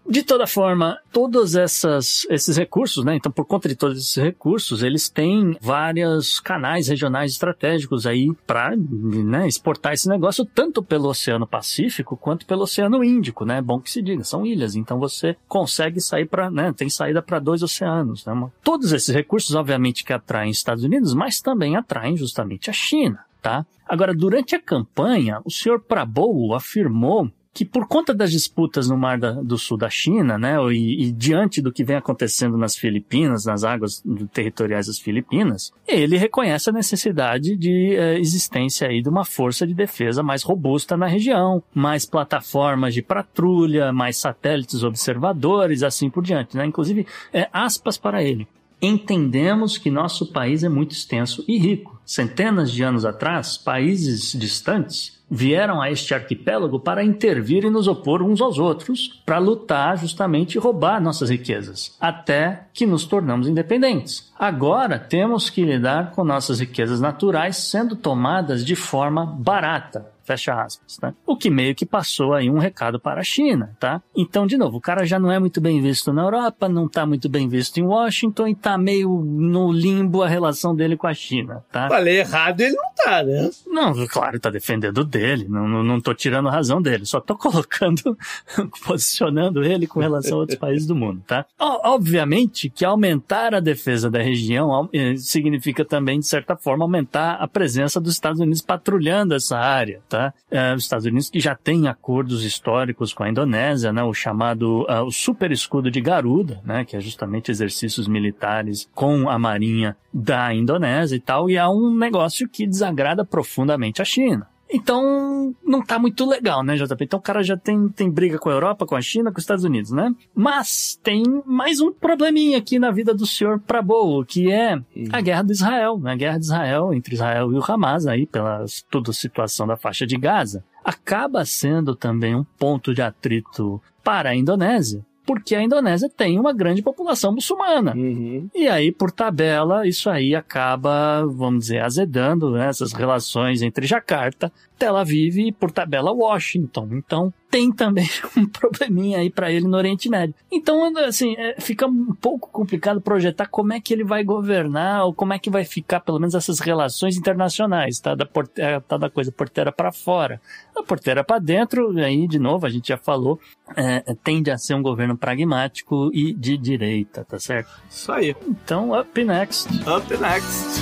De toda forma, todos essas, esses recursos, né? Então, por conta de todos esses recursos, eles têm vários canais regionais estratégicos aí para, né, exportar esse negócio tanto pelo Oceano Pacífico quanto pelo Oceano Índico, né? É bom que se diga, são ilhas, então você consegue sair para, né? Tem saída para dois oceanos, né? Todos esses recursos, obviamente, que atraem os Estados Unidos, mas também atraem justamente a China, tá? Agora, durante a campanha, o senhor Prabowo afirmou que por conta das disputas no Mar da, do Sul da China, né, e, e diante do que vem acontecendo nas Filipinas, nas águas territoriais das Filipinas, ele reconhece a necessidade de eh, existência aí de uma força de defesa mais robusta na região, mais plataformas de patrulha, mais satélites observadores, assim por diante, né? Inclusive, é, aspas para ele. Entendemos que nosso país é muito extenso e rico. Centenas de anos atrás, países distantes vieram a este arquipélago para intervir e nos opor uns aos outros, para lutar justamente e roubar nossas riquezas, até que nos tornamos independentes. Agora temos que lidar com nossas riquezas naturais sendo tomadas de forma barata. Fecha aspas, tá? O que meio que passou aí um recado para a China, tá? Então, de novo, o cara já não é muito bem visto na Europa, não tá muito bem visto em Washington e tá meio no limbo a relação dele com a China, tá? Falei errado, ele não tá, né? Não, claro, tá defendendo dele, não, não, não tô tirando a razão dele, só tô colocando, posicionando ele com relação a outros países do mundo, tá? Obviamente que aumentar a defesa da região significa também, de certa forma, aumentar a presença dos Estados Unidos patrulhando essa área, tá? É, os Estados Unidos que já têm acordos históricos com a Indonésia, né, o chamado uh, o super escudo de Garuda, né, que é justamente exercícios militares com a marinha da Indonésia e tal, e é um negócio que desagrada profundamente a China. Então, não tá muito legal, né, J P? Então o cara já tem, tem briga com a Europa, com a China, com os Estados Unidos, né? Mas tem mais um probleminha aqui na vida do senhor Prabowo, que é a guerra do Israel, né? A guerra de Israel, entre Israel e o Hamas, aí, pela toda a situação da faixa de Gaza, acaba sendo também um ponto de atrito para a Indonésia, porque a Indonésia tem uma grande população muçulmana. Uhum. E aí, por tabela, isso aí acaba, vamos dizer, azedando, né, essas relações entre Jacarta, Tel Aviv e, por tabela, Washington. Então, tem também um probleminha aí para ele no Oriente Médio. Então, assim, é, fica um pouco complicado projetar como é que ele vai governar ou como é que vai ficar, pelo menos, essas relações internacionais, tá? Da, porteira, tá da coisa porteira para fora. A porteira para dentro, aí, de novo, a gente já falou, é, tende a ser um governo pragmático e de direita, tá certo? Isso aí. Então, up next. Up next.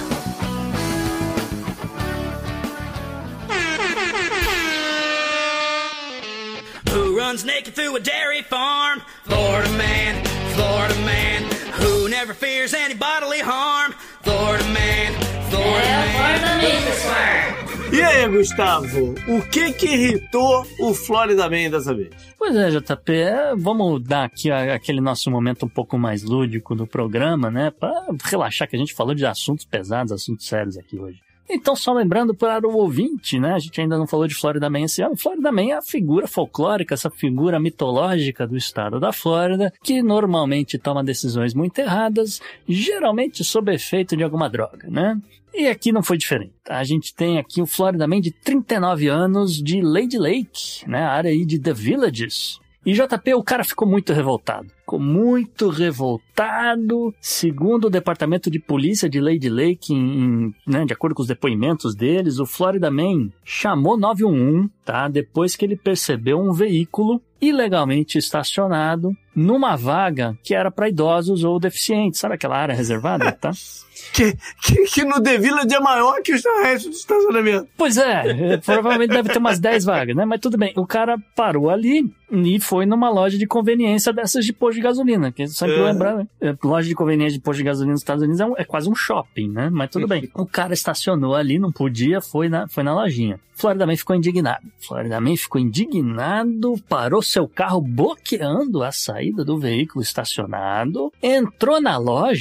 Who runs naked through a dairy farm? Florida man, Florida man, who never fears any bodily harm. Florida man, Florida man. E aí, Gustavo, o que que irritou o Florida Man dessa vez? Pois é, J P, é, vamos dar aqui a, aquele nosso momento um pouco mais lúdico do programa, né, pra relaxar, que a gente falou de assuntos pesados, assuntos sérios aqui hoje. Então, só lembrando para o ouvinte, né, a gente ainda não falou de Florida Man esse ano. Florida Man é a figura folclórica, essa figura mitológica do estado da Flórida, que normalmente toma decisões muito erradas, geralmente sob efeito de alguma droga, né? E aqui não foi diferente. A gente tem aqui o Florida Man de trinta e nove anos de Lady Lake, né, a área aí de The Villages. E J P, o cara ficou muito revoltado. Ficou muito revoltado. Segundo o departamento de polícia de Lady Lake, em, em, né, de acordo com os depoimentos deles, o Florida Man chamou nove um um, tá? Depois que ele percebeu um veículo ilegalmente estacionado numa vaga que era para idosos ou deficientes. Sabe aquela área reservada, tá? Que, que, que no The Village é maior que o resto do estacionamento. Pois é, provavelmente deve ter umas dez vagas, né? Mas tudo bem, o cara parou ali e foi numa loja de conveniência dessas de posto de gasolina, que sempre uhum. lembrar, né? Loja de conveniência de posto de gasolina nos Estados Unidos é, um, é quase um shopping, né? Mas tudo bem. O cara estacionou ali, não podia, foi na, foi na lojinha. Florida Man ficou indignado. Florida Man ficou indignado, parou seu carro bloqueando a saída do veículo estacionado, entrou na loja,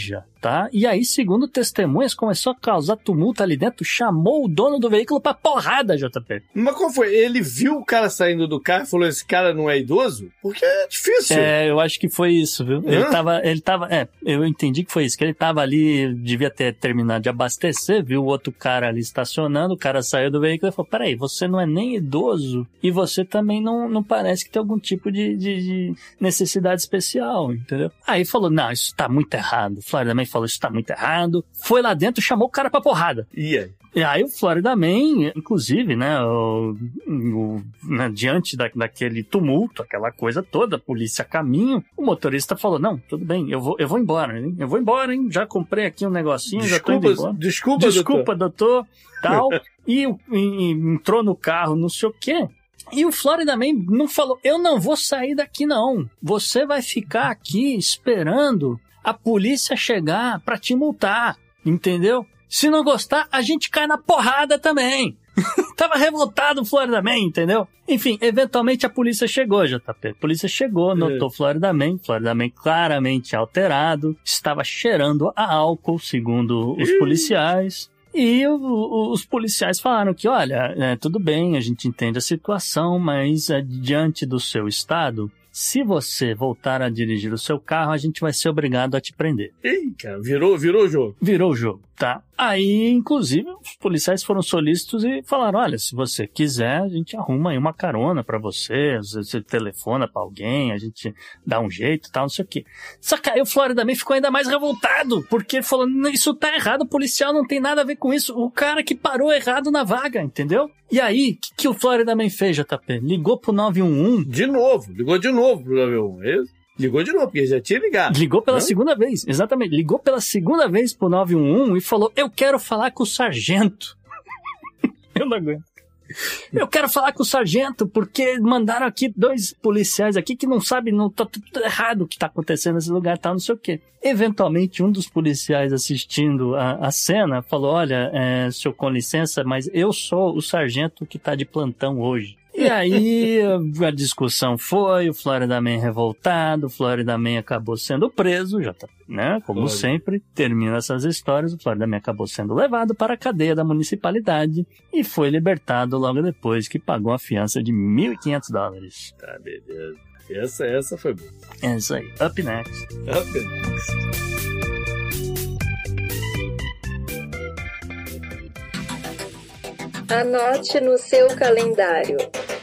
tá? E aí, segundo testemunhas, começou a causar tumulto ali dentro, chamou o dono do veículo pra porrada, J P. Mas qual foi? Ele viu o cara saindo do carro e falou, esse cara não é idoso? Porque é difícil. É, eu acho que foi isso, viu? Ele tava, ele tava, é, eu entendi que foi isso, que ele tava ali, devia ter terminado de abastecer, viu o outro cara ali estacionando, o cara saiu do veículo e falou, peraí, você não é nem idoso e você também não, não parece que tem algum tipo de, de, de necessidade especial, entendeu? Aí falou, não, isso tá muito errado. O Florida Man falou, isso tá muito errado. Foi lá dentro e chamou o cara pra porrada. E aí? E aí o Florida Man, inclusive, né, o, o, né diante da, daquele tumulto, aquela coisa toda, a polícia a caminho, o motorista falou, não, tudo bem, eu vou, eu vou embora, hein? Eu vou embora, hein? Já comprei aqui um negocinho, desculpa, já tô indo embora. Desculpa, Desculpa, doutor, doutor tal. e, e entrou no carro, não sei o quê. E o Florida Man não falou, eu não vou sair daqui não. Você vai ficar aqui esperando a polícia chegar pra te multar, entendeu? Se não gostar, a gente cai na porrada também. Tava revoltado o Florida Man, entendeu? Enfim, eventualmente a polícia chegou, J P. A polícia chegou, notou é. Florida Man. Florida Man claramente alterado. Estava cheirando a álcool, segundo os policiais. E o, o, os policiais falaram que, olha, é, tudo bem, a gente entende a situação, mas é, diante do seu estado, se você voltar a dirigir o seu carro, a gente vai ser obrigado a te prender. Ih, cara, virou, virou o jogo. Virou o jogo, tá? Aí, inclusive, os policiais foram solícitos e falaram, olha, se você quiser, a gente arruma aí uma carona pra você, você telefona pra alguém, a gente dá um jeito e tal, não sei o quê. Só que aí o Florida Man ficou ainda mais revoltado, porque ele falou, isso tá errado, o policial não tem nada a ver com isso, o cara que parou errado na vaga, entendeu? E aí, o que, que o Florida Man fez, J P? Ligou pro nove um um. De novo, ligou de novo pro nove um um, é isso? Ligou de novo, porque já tinha ligado. Ligou pela Não? segunda vez, exatamente. Ligou pela segunda vez pro nove um um e falou, eu quero falar com o sargento. Eu não aguento. Eu quero falar com o sargento, porque mandaram aqui dois policiais aqui que não sabem, não tá tudo errado o que tá acontecendo nesse lugar, tal, não sei o quê. Eventualmente, um dos policiais assistindo a, a cena falou, olha, é, senhor, com licença, mas eu sou o sargento que tá de plantão hoje. E aí a discussão foi, o Florida Man revoltado, o Florida Man acabou sendo preso, já tá, né? Como Olha. sempre, termina essas histórias, o Florida Man acabou sendo levado para a cadeia da municipalidade e foi libertado logo depois que pagou uma fiança de mil e quinhentos dólares. Tá, beleza. Essa, essa foi boa. É isso aí. Up next. Up next. Anote no seu calendário.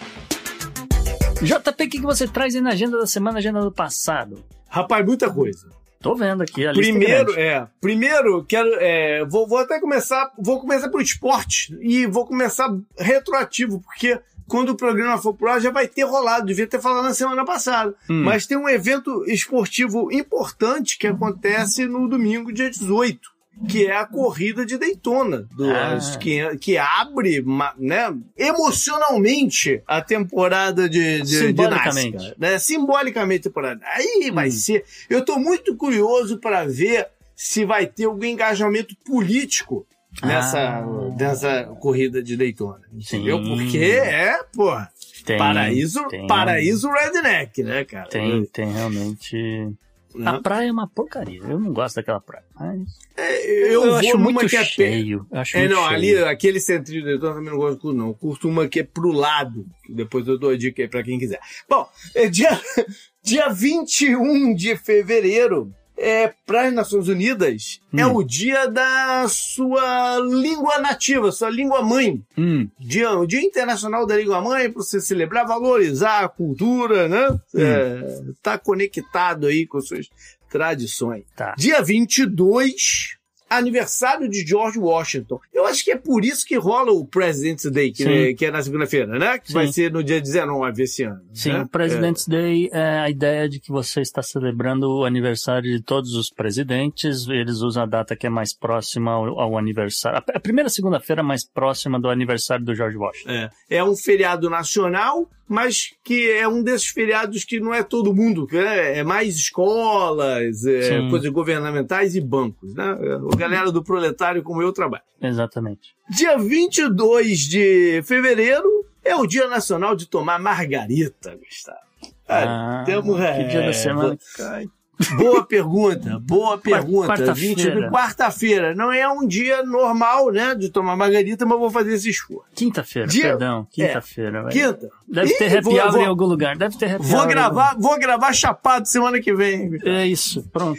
J P, o que você traz aí na agenda da semana, agenda do passado? Rapaz, muita coisa. Tô vendo aqui a primeiro, lista é, primeiro, quero, é, vou, vou até começar, vou começar pelo esporte e vou começar retroativo, porque quando o programa for pro ar já vai ter rolado, devia ter falado na semana passada. Hum. Mas tem um evento esportivo importante que acontece no domingo, dia dezoito. Que é a corrida de Daytona, do, ah. que, que abre, né, emocionalmente a temporada de, de, Simbolicamente. de NASCAR, né? Simbolicamente a temporada. Aí hum. vai ser... Eu tô muito curioso para ver se vai ter algum engajamento político nessa, ah. nessa corrida de Daytona. Entendeu? Sim. Porque é, pô, tem, paraíso, tem. paraíso redneck, né, cara? Tem, tem realmente... A não. praia é uma porcaria. Eu não gosto daquela praia. Mas... É, eu, eu acho muito que é cheio. Eu acho é, muito não, cheio. ali, aquele centrinho de Daytona também não gosto, não. Eu curto uma que é pro lado. Depois eu dou a dica aí pra quem quiser. Bom, é dia, dia vinte e um de fevereiro, é, para as Nações Unidas, hum. é o dia da sua língua nativa, sua língua mãe. Hum. Dia, o Dia Internacional da Língua Mãe, para você celebrar, valorizar a cultura, né? Hum. É, tá conectado aí com suas tradições. Tá. Dia vinte e dois, aniversário de George Washington. Eu acho que é por isso que rola o President's Day, que, é, que é na segunda-feira, né? Que Sim. vai ser no dia dezenove esse ano. Sim, né? o President's é. Day é a ideia de que você está celebrando o aniversário de todos os presidentes. Eles usam a data que é mais próxima ao, ao aniversário. A primeira segunda-feira mais próxima do aniversário do George Washington. É, é um feriado nacional, mas que é um desses feriados que não é todo mundo, né? É mais escolas, é, coisas governamentais e bancos, né? A galera do proletário como eu trabalho. Exatamente. Dia vinte e dois de fevereiro é o Dia Nacional de tomar margarita, Gustavo. Ah, temos, que é, dia da semana. Boa pergunta, boa pergunta. Quarta-feira. vinte Quarta-feira. Não é um dia normal, né, de tomar margarita, mas vou fazer esse esforço. Quinta-feira, Dia... perdão. Quinta-feira. É. Vai. Quinta. Deve Ih, ter happy vou, hour vou, em algum lugar. Deve ter happy vou hour. Gravar, vou gravar chapado semana que vem. É isso, pronto.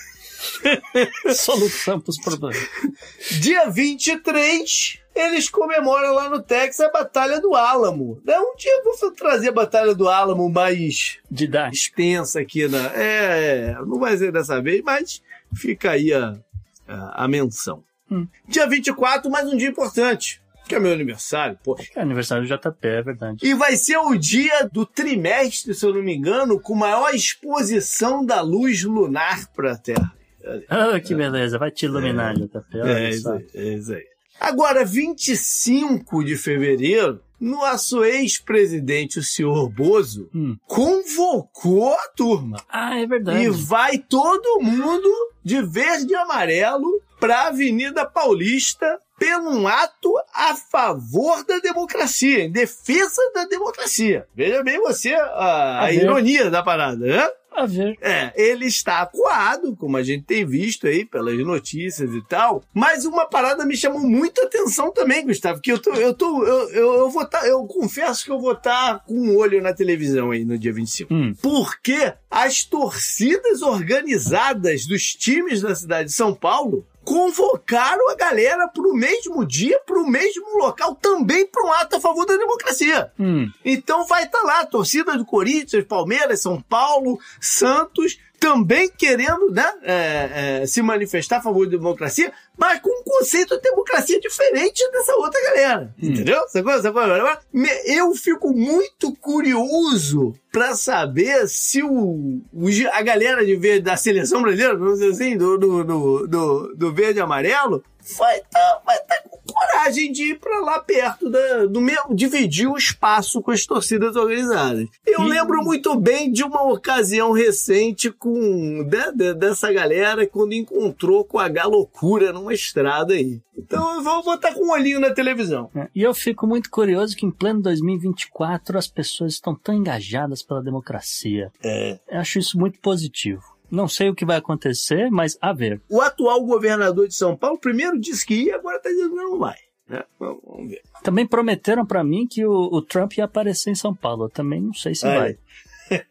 Solução para os problemas. Dia vinte e três, eles comemoram lá no Texas a Batalha do Álamo. Um dia eu vou trazer a Batalha do Álamo mais Didático. extensa aqui. Na... É, é, não vai ser dessa vez, mas fica aí a, a, a menção. Hum. Dia vinte e quatro, mais um dia importante, que é meu aniversário, pô. É aniversário do J P, é verdade. E vai ser o dia do trimestre, se eu não me engano, com maior exposição da luz lunar para a Terra. Ah, que beleza, vai te iluminar, é, J P. É isso aí, é isso aí. Agora, vinte e cinco de fevereiro, nosso ex-presidente, o senhor Bozo, hum. convocou a turma. Ah, é verdade. E vai todo mundo de verde e amarelo para a Avenida Paulista pelo um ato a favor da democracia, em defesa da democracia. Veja bem você a, a ironia da parada, né? A ver. É, ele está acuado, como a gente tem visto aí pelas notícias e tal, mas uma parada me chamou muita atenção também, Gustavo, que eu tô, eu tô, eu, eu, eu vou tá, eu confesso que eu vou estar tá com um olho na televisão aí no dia vinte e cinco. Hum. Porque as torcidas organizadas dos times da cidade de São Paulo convocaram a galera para o mesmo dia, para o mesmo local, também para um ato a favor da democracia. Hum. Então vai estar tá lá a torcida do Corinthians, Palmeiras, São Paulo, Santos, também querendo, né, é, é, se manifestar a favor da democracia, mas com um conceito de democracia diferente dessa outra galera. Hum. Entendeu? Sacou? Sacou? Eu fico muito curioso para saber se o, o, a galera de verde, da seleção brasileira, vamos dizer assim, do, do, do, do, do verde e amarelo, vai estar vai tá com coragem de ir para lá perto da, do mesmo, dividir o espaço com as torcidas organizadas. Eu hum. lembro muito bem de uma ocasião recente com de, de, dessa galera quando encontrou com a galocura numa estrada aí. Então eu vou botar com um olhinho na televisão. É, e eu fico muito curioso que em pleno dois mil e vinte e quatro as pessoas estão tão engajadas pela democracia. É. Eu acho isso muito positivo. Não sei o que vai acontecer, mas a ver. O atual governador de São Paulo primeiro disse que ia, agora está dizendo que não vai. Né? Vamos ver. Também prometeram para mim que o, o Trump ia aparecer em São Paulo. Eu também não sei se Ai. vai.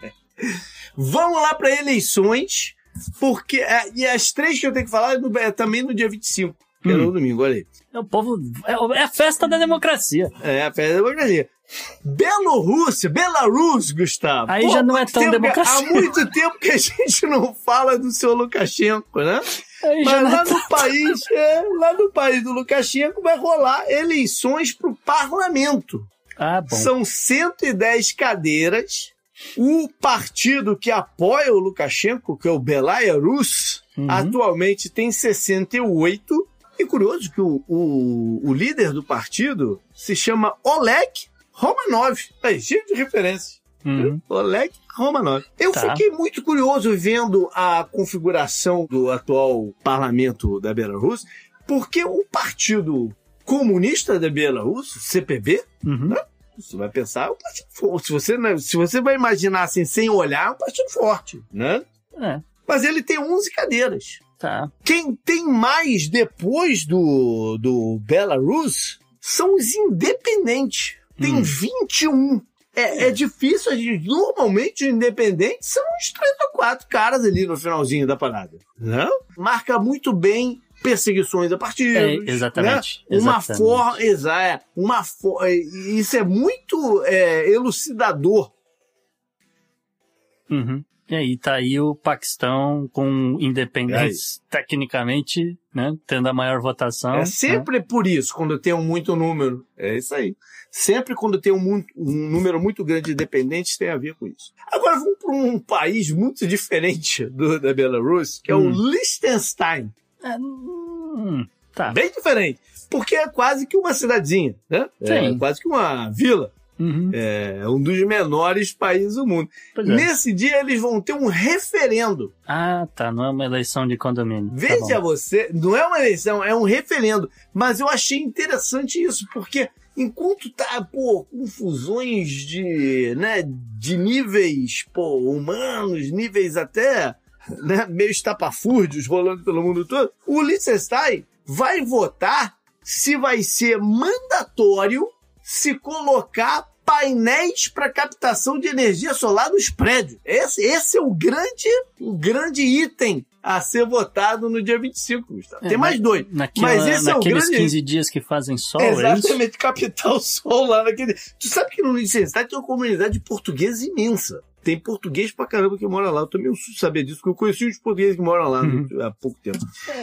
Vamos lá para eleições, porque é, e as três que eu tenho que falar é, no, é também no dia vinte e cinco, que hum. é no domingo, olha aí. É o povo, é, é a festa da democracia. É a festa da democracia. Bielorrússia, Belarus, Gustavo. Aí Pô, já não é tão democracia. Há muito tempo que a gente não fala do seu Lukashenko, né? Aí Mas lá é no país, é, lá no país do Lukashenko vai rolar eleições para o parlamento. Ah, bom. São cento e dez cadeiras. O partido que apoia o Lukashenko, que é o Belarus, uhum. atualmente tem sessenta e oito. E curioso que o, o, o líder do partido se chama Oleg Romanov. Aí, cheio de referência. Uhum. Oleg Romanov. Eu tá. fiquei muito curioso vendo a configuração do atual parlamento da Belarus, porque o Partido Comunista da Belarus, C P B, uhum. né? Você vai pensar, é um partido forte. Se você, se você vai imaginar assim, sem olhar, é um partido forte, né? É. Mas ele tem onze cadeiras. Tá. Quem tem mais depois do, do Belarus são os independentes. Tem hum. vinte e um. É, é difícil, a gente, normalmente os independentes são uns três ou quatro caras ali no finalzinho da parada. Né? Marca muito bem perseguições a partidos. É, exatamente. Né? Uma exatamente. forma. Exa, uma for, isso é muito é, elucidador. Uhum. E aí tá aí o Paquistão com independentes, tecnicamente, né, tendo a maior votação. É sempre né? por isso, quando tem um muito número. É isso aí. Sempre quando tem um, muito, um número muito grande de independentes, tem a ver com isso. Agora vamos para um país muito diferente do, da Belarus, que é hum. o Liechtenstein. É, hum, tá. Bem diferente, porque é quase que uma cidadezinha, né? Sim. É quase que uma vila. Uhum. É um dos menores países do mundo. Pois é. Nesse dia eles vão ter um referendo. Ah, tá. Não é uma eleição de condomínio. Veja Tá bom. você, não é uma eleição, é um referendo. Mas eu achei interessante isso, porque enquanto tá, pô, confusões de, né, de níveis, pô, humanos, níveis até, né, meio estapafúrdios rolando pelo mundo todo, o Liechtenstein vai votar se vai ser mandatório se colocar painéis para captação de energia solar nos prédios. Esse, esse é o grande, o grande item a ser votado no dia vinte e cinco, Gustavo. É, Tem mais dois. Naquela, mas esse é o naqueles grande... quinze dias que fazem sol, É é isso? exatamente, captar o sol lá naquele... Tu sabe que no Liechtenstein tem uma comunidade portuguesa imensa. Tem português pra caramba que mora lá. Eu também não sabia disso, porque eu conheci os portugueses que moram lá Uhum. há pouco tempo.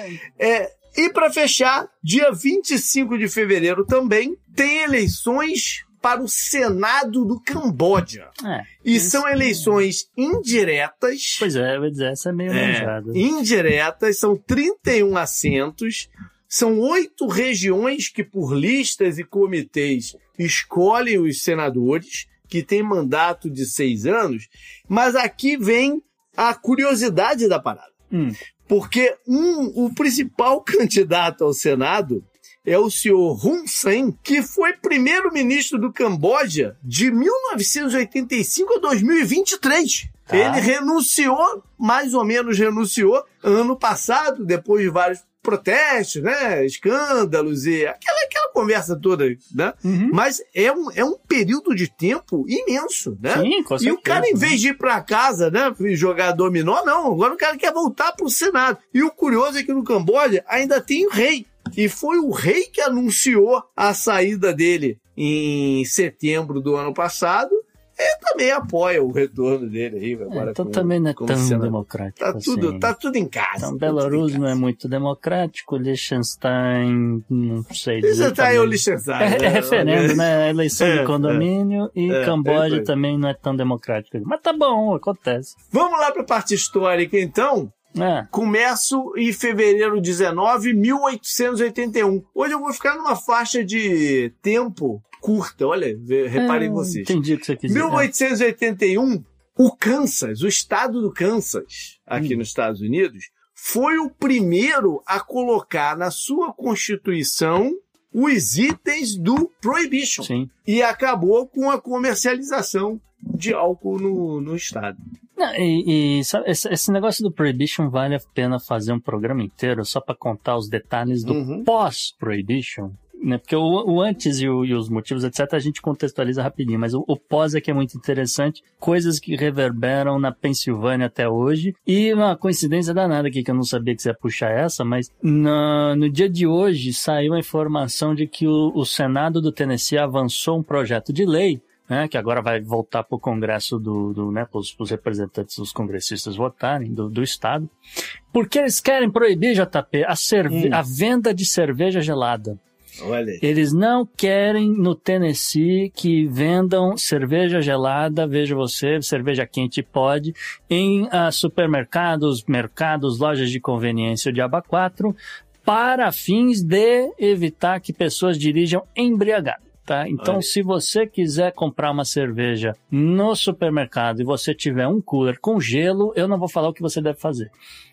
É, e para fechar, dia vinte e cinco de fevereiro também, tem eleições para o Senado do Camboja. É, E isso- são eleições indiretas. Pois é, eu ia dizer, essa é meio É, manjada. indiretas, são trinta e um assentos, são oito regiões que por listas e comitês escolhem os senadores, que têm mandato de seis anos, mas aqui vem a curiosidade da parada. Hum. Porque um, o principal candidato ao Senado é o senhor Hun Sen, que foi primeiro-ministro do Camboja de mil novecentos e oitenta e cinco a dois mil e vinte e três. Tá. Ele renunciou, mais ou menos renunciou, ano passado, depois de vários protestos, né, escândalos e aquela, aquela conversa toda, né? Uhum. Mas é um, é um período de tempo imenso, né? Sim, com E certeza. o cara, em vez de ir pra casa, né, jogar dominó, não, agora o cara quer voltar pro Senado. E o curioso é que no Camboja ainda tem o rei. E foi o rei que anunciou a saída dele em setembro do ano passado. E também apoia o retorno dele aí. É, Agora então como- também não é como tão senador. democrático Tá tudo, assim. tá tudo em casa. Então, tá Belarus tudo em não é casa. muito democrático, Liechtenstein, não sei dizer. Liechtenstein é o também. Liechtenstein. É, é né? referendo, né? É eleição É, de condomínio e é, é Camboja isso aí. também não é tão democrático. Mas tá bom, acontece. Vamos lá pra parte histórica, então. É. Começo em fevereiro dezenove, mil oitocentos e oitenta e um. Hoje eu vou ficar numa faixa de tempo curta, olha, vê- reparem É, vocês. Entendi o que você quis dizer. mil oitocentos e oitenta e um, o Kansas, o estado do Kansas, aqui Hum. nos Estados Unidos, foi o primeiro a colocar na sua Constituição os itens do Prohibition. Sim. E acabou com a comercialização de álcool no, no estado. Não, e, e sabe, esse, esse negócio do Prohibition vale a pena fazer um programa inteiro só para contar os detalhes do Uhum. pós-Prohibition, né? Porque o, o antes e, o, e os motivos, etcétera, a gente contextualiza rapidinho, mas o, o pós é que é muito interessante, coisas que reverberam na Pensilvânia até hoje, e uma coincidência danada aqui, que eu não sabia que você ia puxar essa, mas na, no dia de hoje saiu a informação de que o, o Senado do Tennessee avançou um projeto de lei, né, que agora vai voltar para o Congresso do, do né, para os representantes dos congressistas votarem do, do estado, porque eles querem proibir, J P, a, cerve- Hum. a venda de cerveja gelada. Olha aí. Eles não querem no Tennessee que vendam cerveja gelada, veja você, cerveja quente pode, em ah, supermercados, mercados, lojas de conveniência, o diabo quatro, para fins de evitar que pessoas dirijam embriagadas. Tá? Então, Olha. se você quiser comprar uma cerveja no supermercado e você tiver um cooler com gelo, eu não vou falar o que você deve fazer.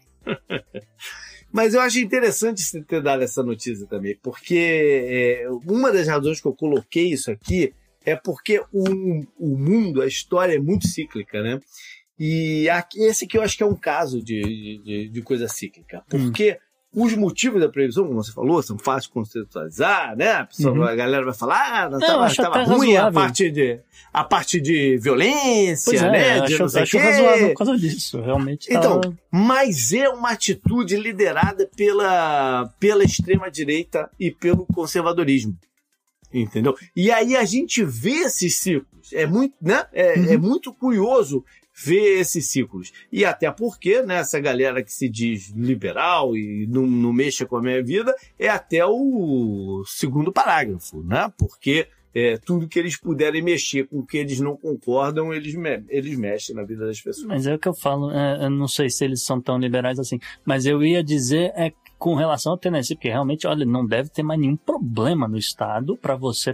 Mas eu acho interessante você ter dado essa notícia também, porque é, uma das razões que eu coloquei isso aqui é porque o, o mundo, a história é muito cíclica, né? E aqui, esse aqui eu acho que é um caso de, de, de coisa cíclica, porque os motivos da previsão, como você falou, são fáceis de conceitualizar, né? A, pessoa, Uhum. a galera vai falar, ah, não, Não, tava, acho tava até ruim a razoável. parte, de, a parte de violência, Pois é, né? De acho, não sei acho quê. razoável por causa disso. Realmente Então, tava- mas é uma atitude liderada pela, pela extrema-direita e pelo conservadorismo. Entendeu? E aí a gente vê esses ciclos. É muito, né? É, Uhum. é muito curioso ver esses ciclos. E até porque, né, essa galera que se diz liberal e não, não mexa com a minha vida é até o segundo parágrafo, né? Porque é, tudo que eles puderem mexer com o que eles não concordam, eles, me- eles mexem na vida das pessoas. Mas é o que eu falo, é, eu não sei se eles são tão liberais assim, mas eu ia dizer é com relação ao Tennessee, porque realmente, olha, não deve ter mais nenhum problema no estado para você estar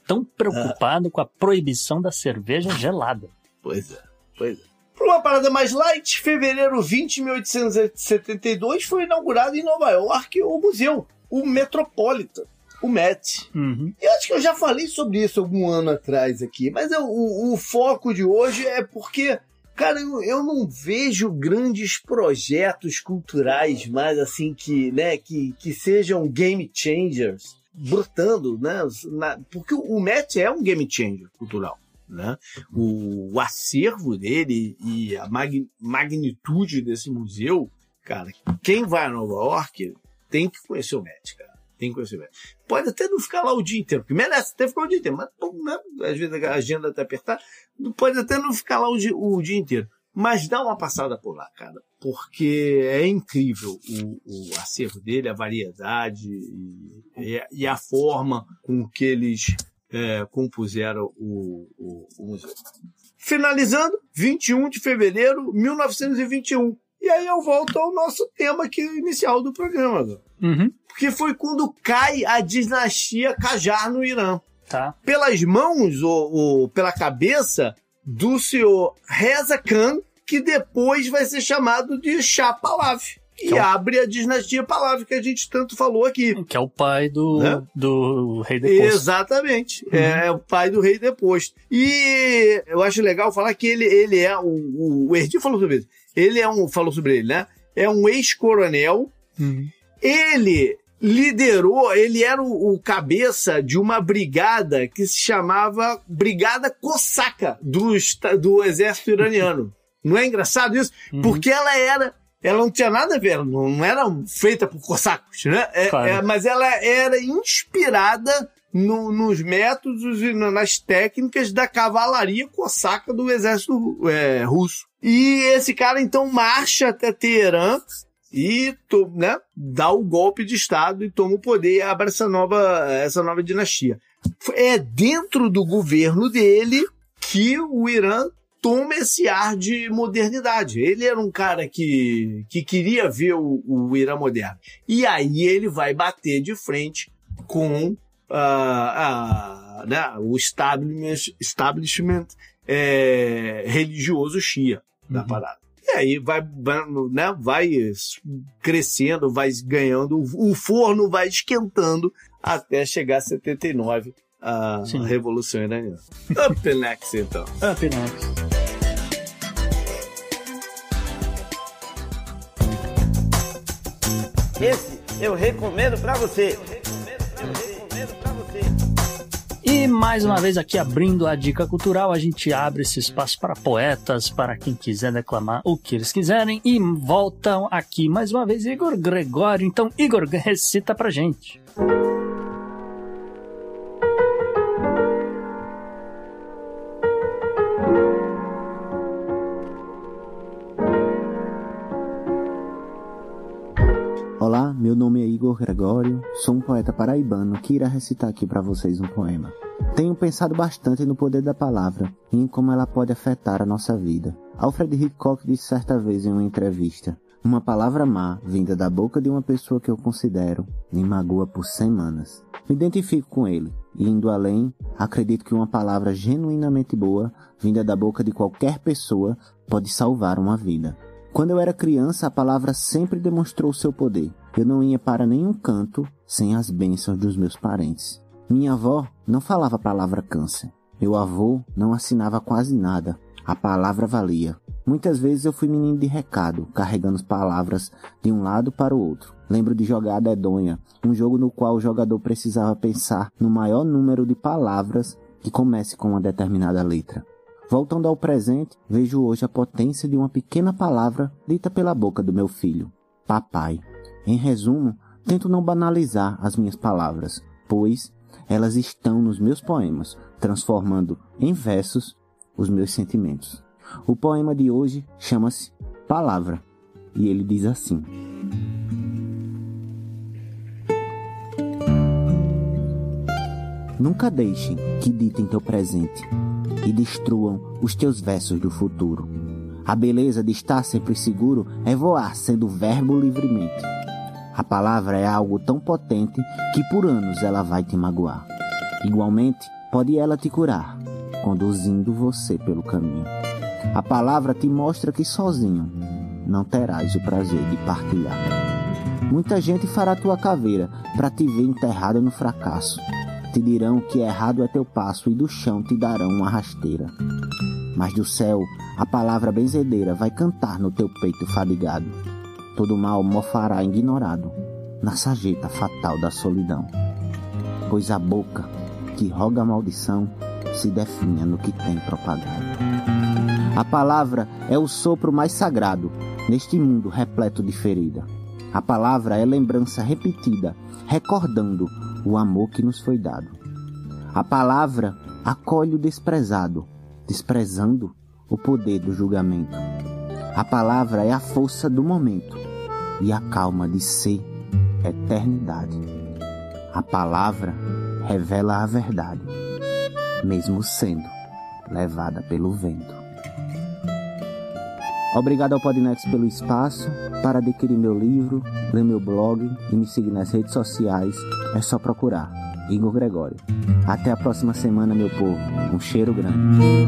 tão preocupado ah. com a proibição da cerveja gelada. Pois é, pois é. Por uma parada mais light, fevereiro vinte de mil oitocentos e setenta e dois foi inaugurado em Nova York o museu, o Metropolitan, o Met. Uhum. Eu acho que eu já falei sobre isso algum ano atrás aqui, mas eu, o, o foco de hoje é porque, cara, eu, eu não vejo grandes projetos culturais mais assim que, né, que, que sejam game changers brotando, né? Na, porque o Met é um game changer cultural. Né? O, o acervo dele e a mag, magnitude desse museu, cara, quem vai a Nova York tem que conhecer o Met, cara. Tem que conhecer o Met. Pode até não ficar lá o dia inteiro, porque merece até ficar o dia inteiro, mas né? Às vezes a agenda tá apertada, pode até não ficar lá o dia, o dia inteiro. Mas dá uma passada por lá, cara, porque é incrível o, o acervo dele, a variedade e, e a forma com que eles É, compuseram o, o, o museu. Finalizando, vinte e um de fevereiro de mil novecentos e vinte e um. E aí eu volto ao nosso tema aqui inicial do programa. Uhum. Porque foi quando cai a dinastia Qajar no Irã. Tá. Pelas mãos, ou, ou pela cabeça do senhor Reza Khan, que depois vai ser chamado de Shah Pahlavi. E é o... abre a dinastia Pahlavi que a gente tanto falou aqui. Que é o pai do, né? do rei deposto. Exatamente. Uhum. É, é o pai do rei deposto. E eu acho legal falar que ele, ele é o... O, o Erdi falou sobre isso. Ele é um... Falou sobre ele, né? É um ex-coronel. Uhum. Ele liderou... Ele era o, o cabeça de uma brigada que se chamava Brigada Cosaca do, do exército iraniano. Não é engraçado isso? Uhum. Porque ela era... Ela não tinha nada a ver, não era feita por cossacos, né? É, claro. é, mas ela era inspirada no, nos métodos e nas técnicas da cavalaria cosaca do exército é, russo. E esse cara, então, marcha até Teherã e to, né, dá o golpe de Estado e toma o poder e abre essa nova, essa nova dinastia. É dentro do governo dele que o Irã toma esse ar de modernidade. Ele era um cara que, que queria ver o, o Irã moderno. E aí ele vai bater de frente com uh, uh, né, o establishment, establishment é, religioso Shia da uhum. parada. E aí vai, vai, né, vai crescendo, vai ganhando, o forno vai esquentando até chegar a setenta e nove, a Sim. Revolução Iraniana. Up next, então. Up next. Esse eu recomendo pra você. Eu recomendo, eu recomendo pra você. E mais uma vez aqui abrindo a dica cultural, a gente abre esse espaço para poetas, para quem quiser declamar o que eles quiserem. E voltam aqui mais uma vez Igor Gregório. Então, Igor, recita pra gente. Olá, meu nome é Igor Gregório, sou um poeta paraibano que irá recitar aqui para vocês um poema. Tenho pensado bastante no poder da palavra e em como ela pode afetar a nossa vida. Alfred Hitchcock disse certa vez em uma entrevista: uma palavra má, vinda da boca de uma pessoa que eu considero, me magoa por semanas. Me identifico com ele, e indo além, acredito que uma palavra genuinamente boa, vinda da boca de qualquer pessoa, pode salvar uma vida. Quando eu era criança, a palavra sempre demonstrou seu poder. Eu não ia para nenhum canto sem as bênçãos dos meus parentes. Minha avó não falava a palavra câncer. Meu avô não assinava quase nada. A palavra valia. Muitas vezes eu fui menino de recado, carregando as palavras de um lado para o outro. Lembro de jogar a dedonha, um jogo no qual o jogador precisava pensar no maior número de palavras que comece com uma determinada letra. Voltando ao presente, vejo hoje a potência de uma pequena palavra dita pela boca do meu filho, papai. Em resumo, tento não banalizar as minhas palavras, pois elas estão nos meus poemas, transformando em versos os meus sentimentos. O poema de hoje chama-se Palavra, e ele diz assim: nunca deixem que ditem teu presente e destruam os teus versos do futuro. A beleza de estar sempre seguro é voar sendo verbo livremente. A palavra é algo tão potente que por anos ela vai te magoar. Igualmente, pode ela te curar, conduzindo você pelo caminho. A palavra te mostra que sozinho não terás o prazer de partilhar. Muita gente fará tua caveira para te ver enterrada no fracasso. Te dirão que errado é teu passo e do chão te darão uma rasteira. Mas do céu, a palavra benzedeira vai cantar no teu peito fadigado. Todo mal mofará ignorado na sarjeta fatal da solidão. Pois a boca que roga a maldição se definha no que tem propagado. A palavra é o sopro mais sagrado neste mundo repleto de ferida. A palavra é lembrança repetida, recordando o amor que nos foi dado. A palavra acolhe o desprezado, desprezando o poder do julgamento. A palavra é a força do momento e a calma de ser eternidade. A palavra revela a verdade, mesmo sendo levada pelo vento. Obrigado ao Podnext pelo espaço. Para adquirir meu livro, ler meu blog e me seguir nas redes sociais, é só procurar Igor Gregório. Até a próxima semana, meu povo. Um cheiro grande.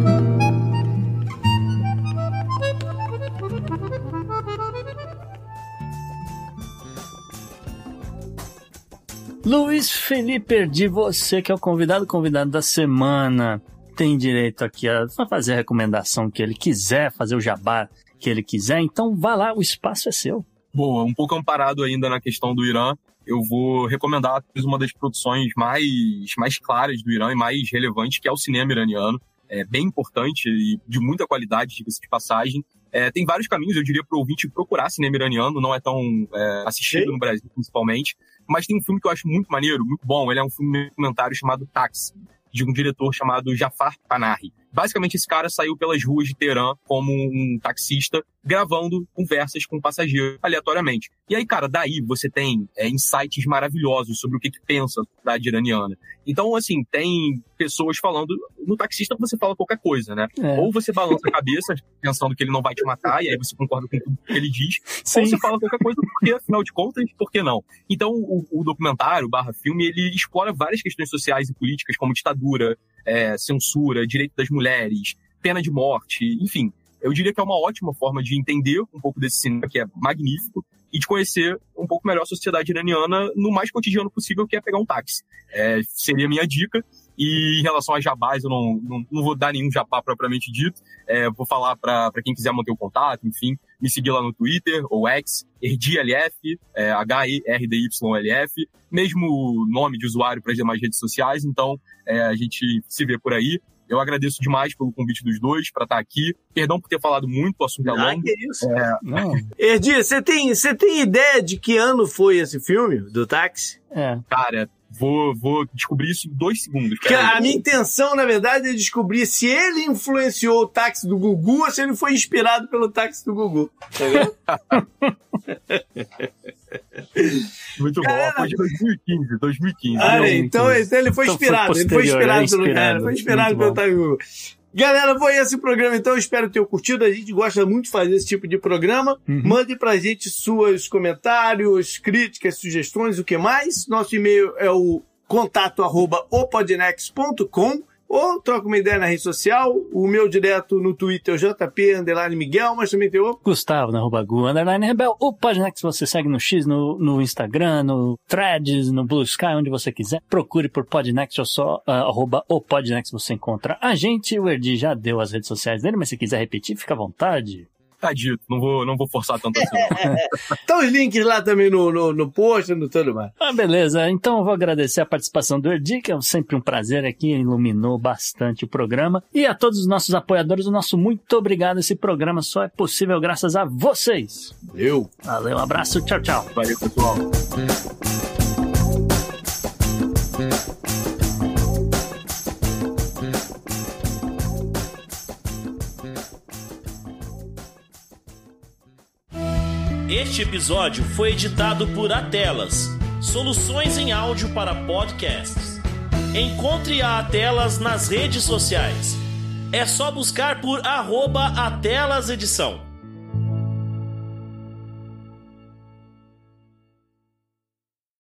Luiz Felipe Erdi, você que é o convidado, convidado da semana, tem direito aqui a fazer a recomendação que ele quiser, fazer o jabá que ele quiser, então vá lá, o espaço é seu. Boa, um pouco amparado ainda na questão do Irã, eu vou recomendar uma das produções mais, mais claras do Irã e mais relevantes, que é o cinema iraniano. É bem importante e de muita qualidade, diga-se de passagem. É, tem vários caminhos, eu diria, para o ouvinte procurar cinema iraniano, não é tão é, assistido Sim. no Brasil, principalmente, mas tem um filme que eu acho muito maneiro, muito bom, ele é um filme documentário chamado Táxi, de um diretor chamado Jafar Panahi. Basicamente, esse cara saiu pelas ruas de Teherã como um taxista, gravando conversas com passageiros aleatoriamente. E aí, cara, daí você tem é, insights maravilhosos sobre o que, que pensa a sociedade iraniana. Então, assim, tem pessoas falando... No taxista você fala qualquer coisa, né? É. Ou você balança a cabeça pensando que ele não vai te matar, e aí você concorda com tudo que ele diz. Sim. Ou você fala qualquer coisa porque, afinal de contas, por que não? Então, o, o documentário, barra filme, ele explora várias questões sociais e políticas, como ditadura, é, censura, direito das mulheres, pena de morte, enfim. Eu diria que é uma ótima forma de entender um pouco desse cinema, que é magnífico, e de conhecer um pouco melhor a sociedade iraniana no mais cotidiano possível, que é pegar um táxi. É, seria a minha dica. E em relação a jabás, eu não, não, não vou dar nenhum jabá propriamente dito. É, vou falar para quem quiser manter o contato, enfim, me seguir lá no Twitter, ou X, ErdiLF, é, H E R D Y L F, mesmo nome de usuário para as demais redes sociais, então é, a gente se vê por aí. Eu agradeço demais pelo convite dos dois para estar aqui. Perdão por ter falado muito, o assunto é longo. Ah, que isso. É... Não. Erdi, você tem, você tem ideia de que ano foi esse filme, do táxi? É. Cara, vou, vou descobrir isso em dois segundos. Cara, a minha intenção, na verdade, é descobrir se ele influenciou o táxi do Gugu ou se ele foi inspirado pelo táxi do Gugu. Tá vendo? Muito Galera... bom, foi de dois mil e quinze, dois mil e quinze. Ah, né? então, então ele foi então inspirado, foi ele foi inspirado, é pelo cara, foi inspirado pelo táxi do Gugu. Galera, foi esse programa, então. Eu espero ter curtido. A gente gosta muito de fazer esse tipo de programa. Uhum. Mande pra gente seus comentários, críticas, sugestões, o que mais. Nosso e-mail é o contato arroba opodnext ponto com. Ou troca uma ideia na rede social. O meu direto no Twitter é o J P underline Miguel, mas também tem o Gustavo, na arroba Gu, underline Rebel. O Podnext você segue no X, no, no Instagram, no Threads, no Blue Sky, onde você quiser. Procure por Podnext ou só uh, arroba o Podnext você encontra a gente. O Erdi já deu as redes sociais dele, mas se quiser repetir, fica à vontade. Tá dito, não vou, não vou forçar tanto assim. Então os links lá também no, no, no post, no tudo mais. Ah, beleza. Então eu vou agradecer a participação do Erdi, que é sempre um prazer aqui, iluminou bastante o programa. E a todos os nossos apoiadores, o nosso muito obrigado. Esse programa só é possível graças a vocês. Valeu. Valeu, um abraço, tchau, tchau. Valeu, pessoal. Este episódio foi editado por Atelas, soluções em áudio para podcasts. Encontre a Atelas nas redes sociais. É só buscar por arroba Atelas Edição.